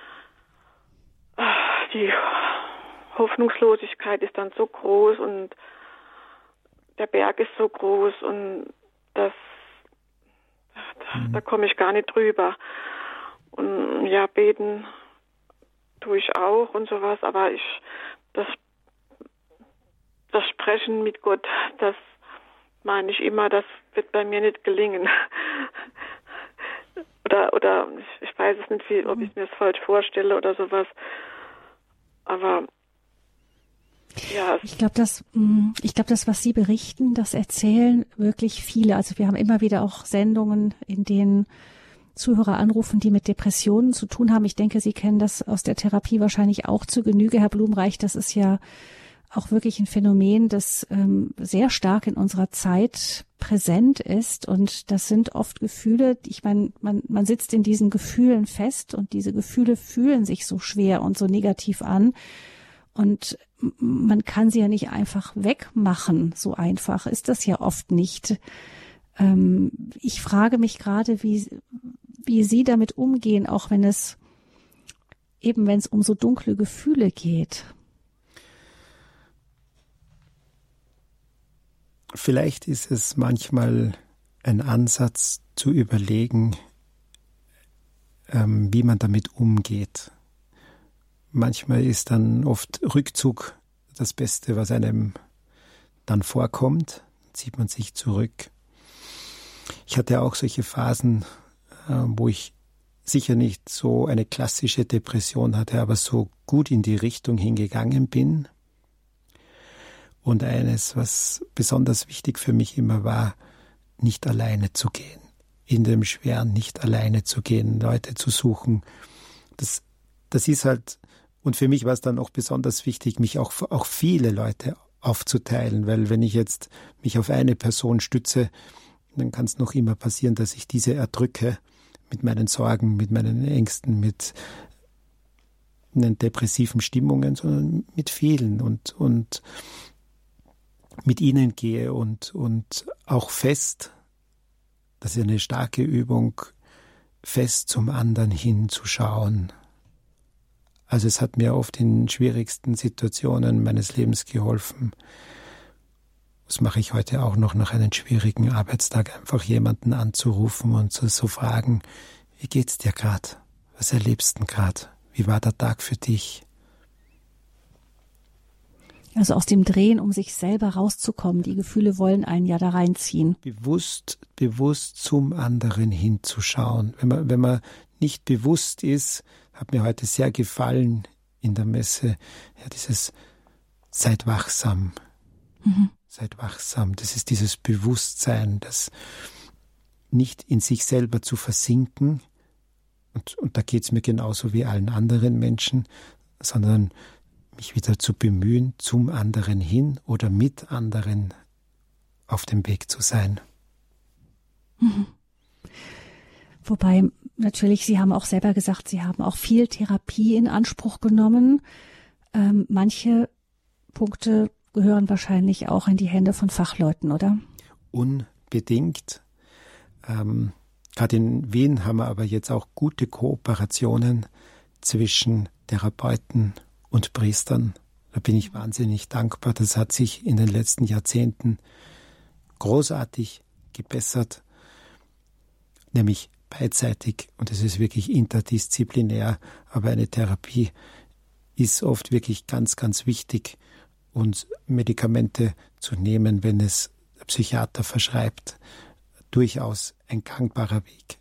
die Hoffnungslosigkeit ist dann so groß und der Berg ist so groß und das Da, da komme ich gar nicht drüber. Und ja, beten tue ich auch und sowas, aber ich, das, das Sprechen mit Gott, das meine ich immer, das wird bei mir nicht gelingen. oder, oder, ich weiß es nicht, wie, ob ich mir das falsch vorstelle oder sowas. Aber ja. Ich glaube, das, ich glaube, das, was Sie berichten, das erzählen wirklich viele. Also wir haben immer wieder auch Sendungen, in denen Zuhörer anrufen, die mit Depressionen zu tun haben. Ich denke, Sie kennen das aus der Therapie wahrscheinlich auch zu Genüge, Herr Blumreich. Das ist ja auch wirklich ein Phänomen, das ähm, sehr stark in unserer Zeit präsent ist. Und das sind oft Gefühle, ich meine, man, man sitzt in diesen Gefühlen fest und diese Gefühle fühlen sich so schwer und so negativ an. Und man kann sie ja nicht einfach wegmachen. So einfach ist das ja oft nicht. Ähm, ich frage mich gerade, wie, wie Sie damit umgehen, auch wenn es eben, wenn es um so dunkle Gefühle geht. Vielleicht ist es manchmal ein Ansatz zu überlegen, ähm, wie man damit umgeht. Manchmal ist dann oft Rückzug das Beste, was einem dann vorkommt. Dann zieht man sich zurück. Ich hatte auch solche Phasen, wo ich sicher nicht so eine klassische Depression hatte, aber so gut in die Richtung hingegangen bin. Und eines, was besonders wichtig für mich immer war, nicht alleine zu gehen. In dem Schweren nicht alleine zu gehen, Leute zu suchen. Das, das ist halt... Und für mich war es dann auch besonders wichtig, mich auch auch viele Leute aufzuteilen, weil wenn ich jetzt mich auf eine Person stütze, dann kann es noch immer passieren, dass ich diese erdrücke mit meinen Sorgen, mit meinen Ängsten, mit depressiven Stimmungen, sondern mit vielen und und mit ihnen gehe und und auch fest, das ist eine starke Übung, fest zum anderen hinzuschauen. Also es hat mir oft in schwierigsten Situationen meines Lebens geholfen. Das mache ich heute auch noch nach einem schwierigen Arbeitstag, einfach jemanden anzurufen und zu so fragen, wie geht's dir gerade? Was erlebst du gerade? Wie war der Tag für dich? Also aus dem Drehen, um sich selber rauszukommen. Die Gefühle wollen einen ja da reinziehen. Bewusst, bewusst zum anderen hinzuschauen. Wenn man, wenn man nicht bewusst ist, hat mir heute sehr gefallen in der Messe, ja, dieses seid wachsam. Mhm. Seid wachsam. Das ist dieses Bewusstsein, das nicht in sich selber zu versinken. Und, und da geht es mir genauso wie allen anderen Menschen, sondern mich wieder zu bemühen, zum anderen hin oder mit anderen auf dem Weg zu sein. Mhm. Wobei natürlich, Sie haben auch selber gesagt, Sie haben auch viel Therapie in Anspruch genommen. Ähm, manche Punkte gehören wahrscheinlich auch in die Hände von Fachleuten, oder? Unbedingt. Ähm, gerade in Wien haben wir aber jetzt auch gute Kooperationen zwischen Therapeuten und Priestern. Da bin ich wahnsinnig dankbar. Das hat sich in den letzten Jahrzehnten großartig gebessert, nämlich beidseitig, und es ist wirklich interdisziplinär, aber eine Therapie ist oft wirklich ganz, ganz wichtig, und Medikamente zu nehmen, wenn es der Psychiater verschreibt, durchaus ein gangbarer Weg.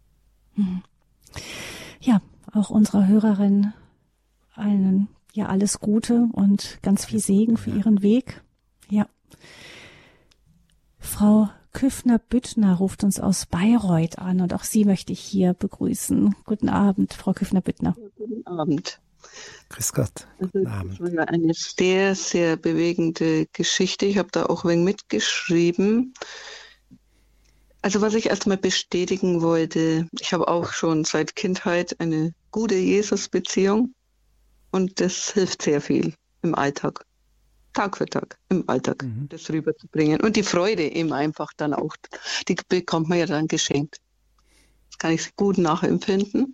Ja, auch unserer Hörerin einen, ja, alles Gute und ganz viel Segen für ihren Weg. Ja. Frau Küffner-Büttner ruft uns aus Bayreuth an, und auch Sie möchte ich hier begrüßen. Guten Abend, Frau Küffner-Büttner. Ja, guten Abend. Grüß Gott. Guten also, Abend. Das war eine sehr, sehr bewegende Geschichte. Ich habe da auch ein wenig mitgeschrieben. Also was ich erstmal bestätigen wollte, ich habe auch schon seit Kindheit eine gute Jesus-Beziehung, und das hilft sehr viel im Alltag. Tag für Tag im Alltag, mhm. das rüberzubringen. Und die Freude eben einfach dann auch, die bekommt man ja dann geschenkt. Das kann ich gut nachempfinden.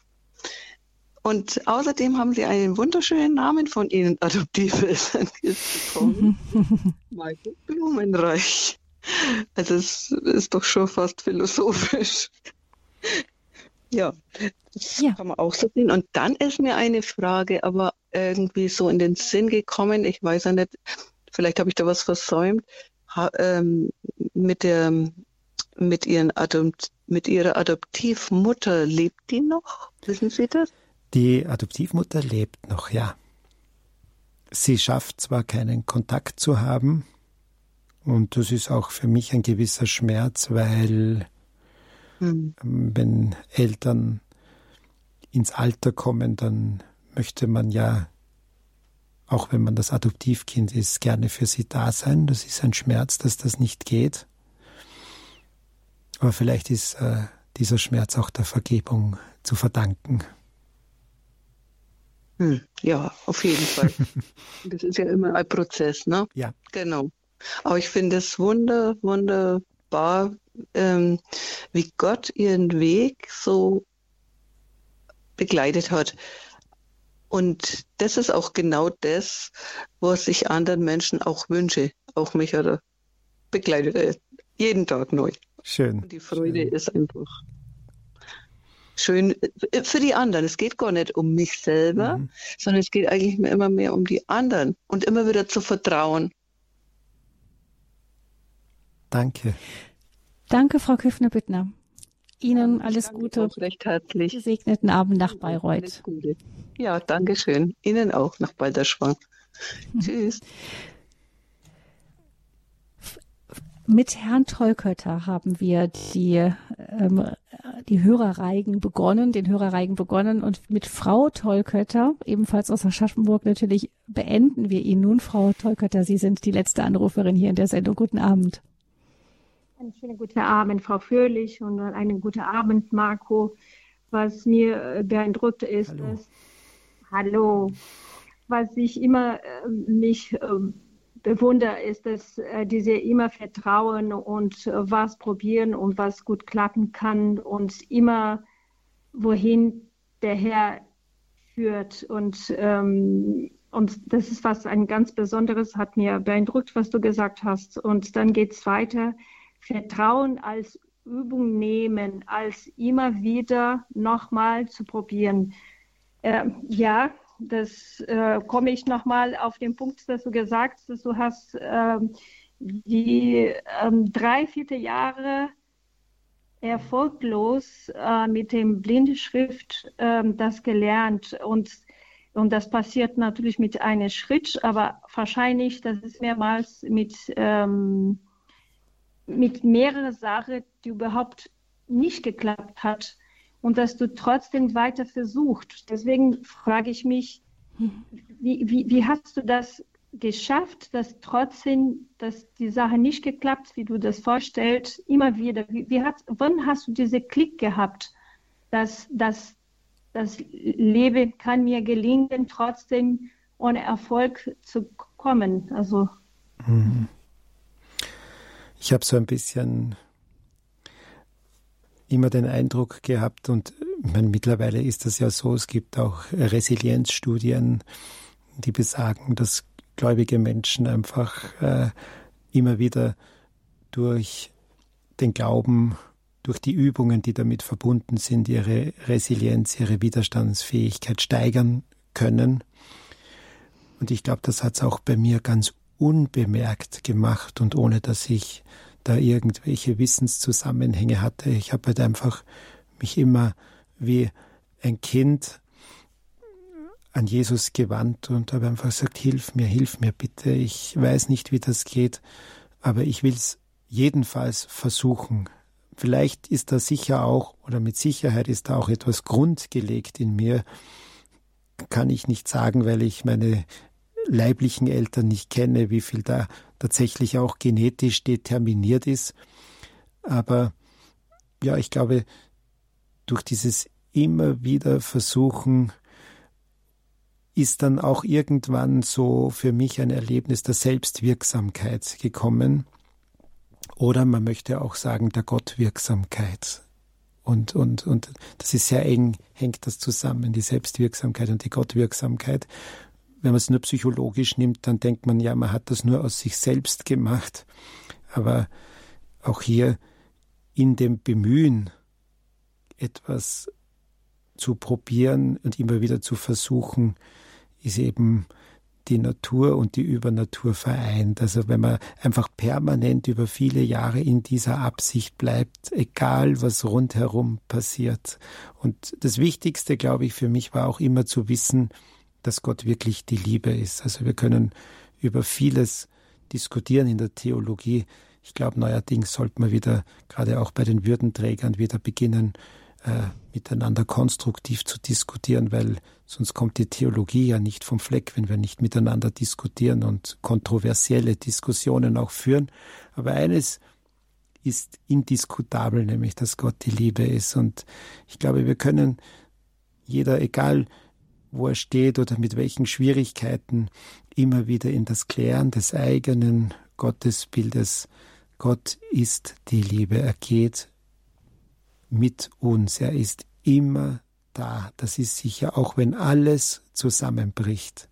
Und außerdem haben Sie einen wunderschönen Namen von Ihnen Adoptiveltern bekommen. Michael Blumenreich. Also es ist doch schon fast philosophisch. Ja, das ja. kann man auch so sehen. Und dann ist mir eine Frage aber irgendwie so in den Sinn gekommen. Ich weiß ja nicht, vielleicht habe ich da was versäumt. Ha, ähm, mit, der, mit, ihren Adopt, mit ihrer Adoptivmutter, lebt die noch? Wissen Sie das? Die Adoptivmutter lebt noch, ja. Sie schafft zwar keinen Kontakt zu haben, und das ist auch für mich ein gewisser Schmerz, weil hm. wenn Eltern ins Alter kommen, dann möchte man ja, auch wenn man das Adoptivkind ist, gerne für sie da sein. Das ist ein Schmerz, dass das nicht geht. Aber vielleicht ist äh, dieser Schmerz auch der Vergebung zu verdanken. Hm, ja, auf jeden Fall. Das ist ja immer ein Prozess, ne? Ja. Genau. Aber ich finde es wunder, wunderbar, ähm, wie Gott ihren Weg so begleitet hat. Und das ist auch genau das, was ich anderen Menschen auch wünsche. Auch mich hat er begleitet, er jeden Tag neu. Schön. Und die Freude schön. ist einfach schön für die anderen. Es geht gar nicht um mich selber, mhm. sondern es geht eigentlich immer mehr um die anderen und immer wieder zu vertrauen. Danke. Danke, Frau Küffner-Büttner. Ihnen ja, alles Gute. Recht herzlich. Gesegneten Abend nach Bayreuth. Alles Gute. Ja, danke schön. Ihnen auch nach Balderschwang. Mhm. Tschüss. Mit Herrn Tolkötter haben wir die, ähm, die Hörerreigen begonnen, den Hörerreigen begonnen, und mit Frau Tolkötter, ebenfalls aus Aschaffenburg, natürlich beenden wir ihn nun. Frau Tolkötter, Sie sind die letzte Anruferin hier in der Sendung. Guten Abend. Einen schönen guten Abend, Frau Fröhlich, und einen guten Abend, Marco. Was mir beeindruckt ist, hallo, ist, hallo was ich immer äh, mich äh, bewundere, ist, dass äh, diese immer Vertrauen und äh, was probieren und was gut klappen kann und immer wohin der Herr führt. Und, ähm, und das ist was ein ganz Besonderes, hat mir beeindruckt, was du gesagt hast. Und dann geht es weiter. Vertrauen als Übung nehmen, als immer wieder nochmal zu probieren. Äh, ja, das äh, komme ich nochmal auf den Punkt, dass du gesagt hast, du hast ähm, die ähm, drei, vierte Jahre erfolglos äh, mit dem Blindenschrift äh, das gelernt und und das passiert natürlich mit einem Schritt, aber wahrscheinlich, das ist mehrmals mit ähm, mit mehreren Sachen, die überhaupt nicht geklappt hat und dass du trotzdem weiter versucht. Deswegen frage ich mich, wie, wie, wie hast du das geschafft, dass trotzdem, dass die Sache nicht geklappt, wie du das vorstellst, immer wieder? Wie, wie hat, wann hast du diese Klick gehabt, dass, dass das Leben kann mir gelingen, trotzdem ohne Erfolg zu kommen? Also ich habe so ein bisschen immer den Eindruck gehabt, und ich meine, mittlerweile ist das ja so, es gibt auch Resilienzstudien, die besagen, dass gläubige Menschen einfach äh, immer wieder durch den Glauben, durch die Übungen, die damit verbunden sind, ihre Resilienz, ihre Widerstandsfähigkeit steigern können. Und ich glaube, das hat es auch bei mir ganz unbemerkt gemacht und ohne, dass ich da irgendwelche Wissenszusammenhänge hatte. Ich habe halt einfach mich immer wie ein Kind an Jesus gewandt und habe einfach gesagt, hilf mir, hilf mir bitte. Ich weiß nicht, wie das geht, aber ich will es jedenfalls versuchen. Vielleicht ist da sicher auch, oder mit Sicherheit ist da auch etwas grundgelegt in mir. Kann ich nicht sagen, weil ich meine leiblichen Eltern nicht kenne, wie viel da tatsächlich auch genetisch determiniert ist. Aber ja, ich glaube, durch dieses immer wieder Versuchen ist dann auch irgendwann so für mich ein Erlebnis der Selbstwirksamkeit gekommen. Oder man möchte auch sagen, der Gottwirksamkeit. Und, und, und das ist sehr eng, hängt das zusammen, die Selbstwirksamkeit und die Gottwirksamkeit. Wenn man es nur psychologisch nimmt, dann denkt man, ja, man hat das nur aus sich selbst gemacht. Aber auch hier in dem Bemühen, etwas zu probieren und immer wieder zu versuchen, ist eben die Natur und die Übernatur vereint. Also wenn man einfach permanent über viele Jahre in dieser Absicht bleibt, egal was rundherum passiert. Und das Wichtigste, glaube ich, für mich war auch immer zu wissen, dass Gott wirklich die Liebe ist. Also wir können über vieles diskutieren in der Theologie. Ich glaube, neuerdings sollte man wieder, gerade auch bei den Würdenträgern, wieder beginnen, äh, miteinander konstruktiv zu diskutieren, weil sonst kommt die Theologie ja nicht vom Fleck, wenn wir nicht miteinander diskutieren und kontroversielle Diskussionen auch führen. Aber eines ist indiskutabel, nämlich, dass Gott die Liebe ist. Und ich glaube, wir können jeder, egal wo er steht oder mit welchen Schwierigkeiten, immer wieder in das Klären des eigenen Gottesbildes. Gott ist die Liebe. Er geht mit uns. Er ist immer da. Das ist sicher, auch wenn alles zusammenbricht.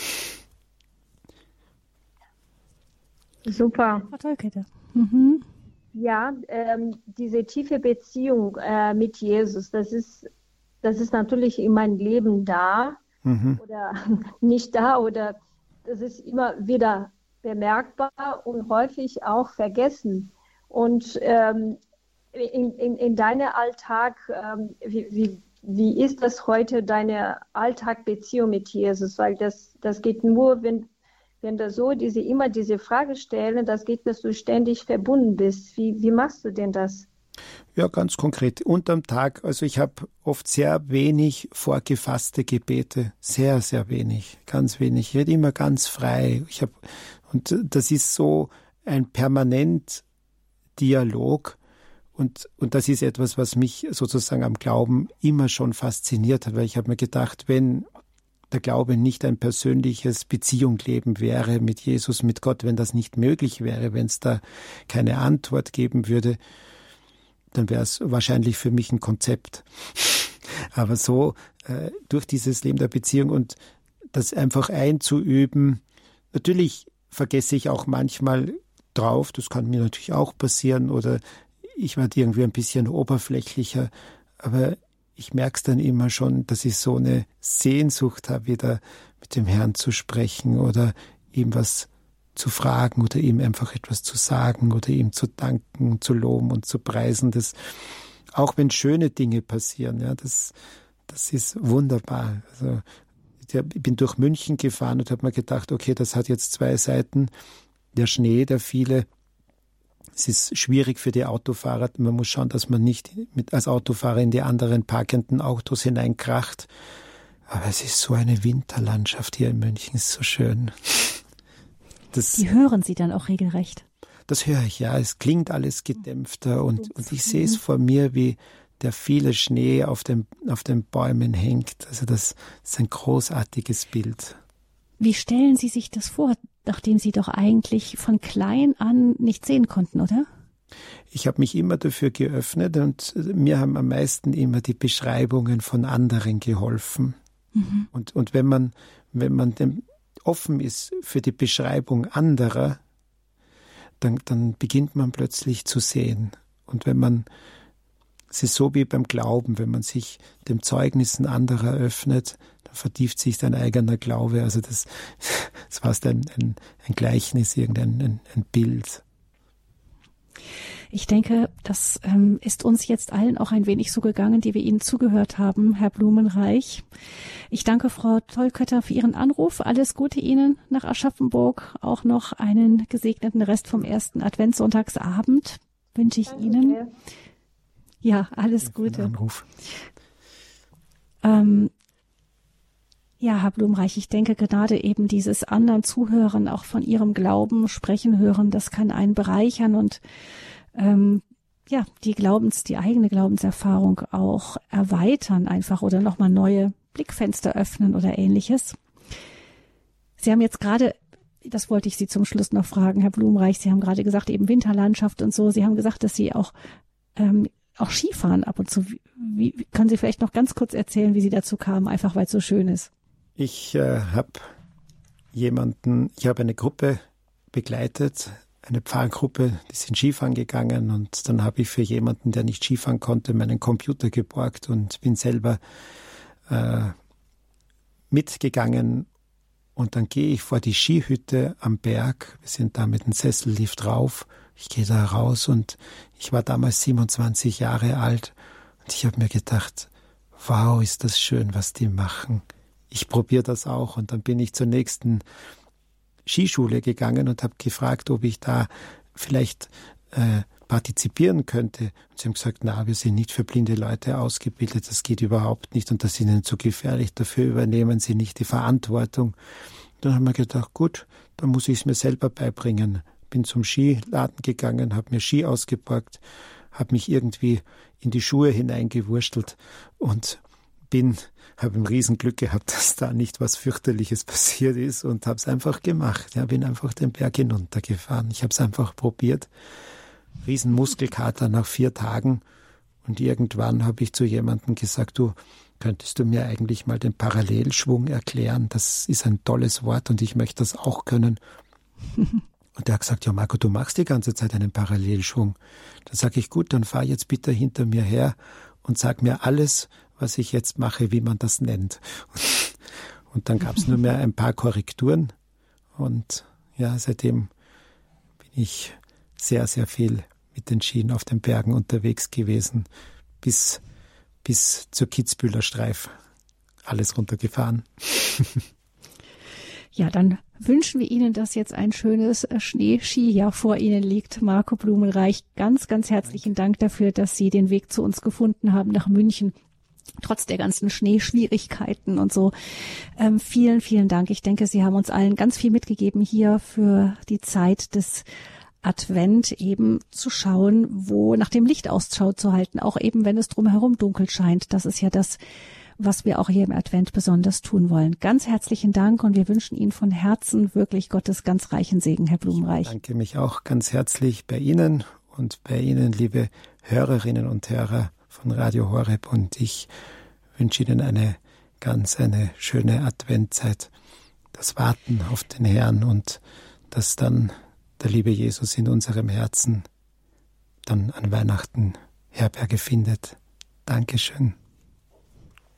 Super. Mhm. Ja, ähm, diese tiefe Beziehung äh, mit Jesus, das ist, das ist natürlich in meinem Leben da mhm. oder nicht da, oder das ist immer wieder bemerkbar und häufig auch vergessen. Und ähm, in, in, in deinem Alltag, ähm, wie, wie, wie ist das heute, deine Alltagbeziehung mit Jesus? Weil das, das geht nur, wenn, wenn du so diese, immer diese Frage stellen, das geht, dass du ständig verbunden bist. Wie, wie machst du denn das? Ja, ganz konkret. Unterm Tag, also ich habe oft sehr wenig vorgefasste Gebete. Sehr, sehr wenig. Ganz wenig. Ich rede immer ganz frei. Ich hab, und das ist so ein permanent Dialog. Und, und das ist etwas, was mich sozusagen am Glauben immer schon fasziniert hat, weil ich habe mir gedacht, wenn der Glaube nicht ein persönliches Beziehungsleben wäre mit Jesus, mit Gott, wenn das nicht möglich wäre, wenn es da keine Antwort geben würde, dann wäre es wahrscheinlich für mich ein Konzept. Aber so äh, durch dieses Leben der Beziehung und das einfach einzuüben, natürlich vergesse ich auch manchmal drauf, das kann mir natürlich auch passieren, oder ich werde irgendwie ein bisschen oberflächlicher, aber ich merke es dann immer schon, dass ich so eine Sehnsucht habe, wieder mit dem Herrn zu sprechen oder ihm was zu fragen oder ihm einfach etwas zu sagen oder ihm zu danken, zu loben und zu preisen. Das, auch wenn schöne Dinge passieren, ja, das, das ist wunderbar. Also, ich bin durch München gefahren und habe mir gedacht, okay, das hat jetzt zwei Seiten. Der Schnee, der viele, es ist schwierig für die Autofahrer. Man muss schauen, dass man nicht mit, als Autofahrer in die anderen parkenden Autos hineinkracht. Aber es ist so eine Winterlandschaft hier in München, es ist so schön. Das, die hören Sie dann auch regelrecht? Das höre ich, ja. Es klingt alles gedämpfter und, und ich sehe es vor mir, wie der viele Schnee auf den, auf den Bäumen hängt. Also das ist ein großartiges Bild. Wie stellen Sie sich das vor, nachdem Sie doch eigentlich von klein an nicht sehen konnten, oder? Ich habe mich immer dafür geöffnet und mir haben am meisten immer die Beschreibungen von anderen geholfen. Mhm. Und, und wenn man, wenn man dem offen ist für die Beschreibung anderer, dann, dann beginnt man plötzlich zu sehen. Und wenn man, es ist so wie beim Glauben, wenn man sich dem Zeugnissen anderer öffnet, dann vertieft sich dein eigener Glaube. Also das, das war ein, ein, ein Gleichnis, irgendein ein, ein Bild. Ich denke, das ähm, ist uns jetzt allen auch ein wenig so gegangen, die wir Ihnen zugehört haben, Herr Blumenreich. Ich danke Frau Tollkötter für Ihren Anruf. Alles Gute Ihnen nach Aschaffenburg. Auch noch einen gesegneten Rest vom ersten Adventssonntagsabend wünsche ich danke Ihnen. Sehr. Ja, alles Gute. Anruf. Ähm, ja, Herr Blumenreich, ich denke gerade eben dieses anderen Zuhören, auch von Ihrem Glauben sprechen hören, das kann einen bereichern und ähm, ja, die Glaubens, die eigene Glaubenserfahrung auch erweitern einfach oder nochmal neue Blickfenster öffnen oder Ähnliches. Sie haben jetzt gerade, das wollte ich Sie zum Schluss noch fragen, Herr Blumenreich, Sie haben gerade gesagt, eben Winterlandschaft und so. Sie haben gesagt, dass Sie auch, ähm, auch Skifahren ab und zu. Wie, wie, können Sie vielleicht noch ganz kurz erzählen, wie Sie dazu kamen, einfach weil es so schön ist? Ich äh, habe jemanden, ich habe eine Gruppe begleitet, eine Pfarrgruppe, die sind Skifahren gegangen und dann habe ich für jemanden, der nicht Skifahren konnte, meinen Computer geborgt und bin selber äh, mitgegangen und dann gehe ich vor die Skihütte am Berg, wir sind da mit dem Sessellift rauf, ich gehe da raus und ich war damals siebenundzwanzig Jahre alt und ich habe mir gedacht, wow, ist das schön, was die machen. Ich probiere das auch und dann bin ich zur nächsten Skischule gegangen und habe gefragt, ob ich da vielleicht äh, partizipieren könnte. Und sie haben gesagt, na, wir sind nicht für blinde Leute ausgebildet, das geht überhaupt nicht und das ist ihnen zu gefährlich, dafür übernehmen sie nicht die Verantwortung. Dann haben wir gedacht, gut, dann muss ich es mir selber beibringen. Bin zum Skiladen gegangen, habe mir Ski ausgeborgt, habe mich irgendwie in die Schuhe hineingewurstelt und bin, habe ein Riesenglück gehabt, dass da nicht was fürchterliches passiert ist und habe es einfach gemacht. Ja, bin einfach den Berg hinuntergefahren. Ich habe es einfach probiert. Riesenmuskelkater nach vier Tagen und irgendwann habe ich zu jemandem gesagt, du, könntest du mir eigentlich mal den Parallelschwung erklären? Das ist ein tolles Wort und ich möchte das auch können. Und der hat gesagt, ja Marco, du machst die ganze Zeit einen Parallelschwung. Dann sage ich, gut, dann fahr jetzt bitte hinter mir her und sag mir alles, was ich jetzt mache, wie man das nennt. Und, und dann gab es nur mehr ein paar Korrekturen und ja, seitdem bin ich sehr, sehr viel mit den Skien auf den Bergen unterwegs gewesen, bis, bis zur Kitzbüheler Streif. Alles runtergefahren. Ja, dann wünschen wir Ihnen, dass jetzt ein schönes Schneeskijahr vor Ihnen liegt. Marco Blumenreich, ganz, ganz herzlichen Dank dafür, dass Sie den Weg zu uns gefunden haben nach München. Trotz der ganzen Schneeschwierigkeiten und so. Ähm, vielen, vielen Dank. Ich denke, Sie haben uns allen ganz viel mitgegeben hier für die Zeit des Advent, eben zu schauen, wo nach dem Licht Ausschau zu halten, auch eben, wenn es drumherum dunkel scheint. Das ist ja das, was wir auch hier im Advent besonders tun wollen. Ganz herzlichen Dank und wir wünschen Ihnen von Herzen wirklich Gottes ganz reichen Segen, Herr Blumenreich. Ich danke mich auch ganz herzlich bei Ihnen und bei Ihnen, liebe Hörerinnen und Hörer von Radio Horeb, und ich wünsche Ihnen eine ganz eine schöne Adventzeit, das Warten auf den Herrn und dass dann der liebe Jesus in unserem Herzen dann an Weihnachten Herberge findet. Dankeschön.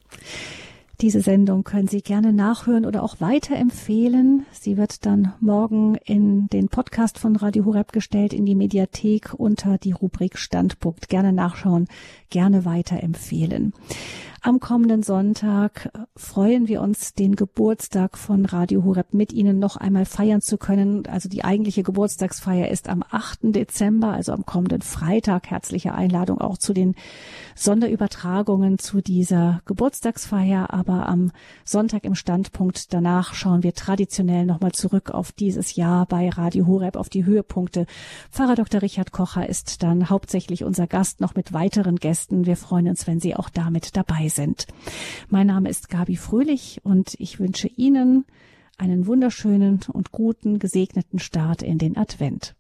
Diese Sendung können Sie gerne nachhören oder auch weiterempfehlen. Sie wird dann morgen in den Podcast von Radio Horeb gestellt, in die Mediathek unter die Rubrik Standpunkt. Gerne nachschauen, gerne weiterempfehlen. Am kommenden Sonntag freuen wir uns, den Geburtstag von Radio Horeb mit Ihnen noch einmal feiern zu können. Also die eigentliche Geburtstagsfeier ist am achten Dezember, also am kommenden Freitag. Herzliche Einladung auch zu den Sonderübertragungen zu dieser Geburtstagsfeier. Aber am Sonntag im Standpunkt danach schauen wir traditionell nochmal zurück auf dieses Jahr bei Radio Horeb, auf die Höhepunkte. Pfarrer Doktor Richard Kocher ist dann hauptsächlich unser Gast, noch mit weiteren Gästen. Wir freuen uns, wenn Sie auch damit dabei sind. Mein Name ist Gabi Fröhlich und ich wünsche Ihnen einen wunderschönen und guten, gesegneten Start in den Advent.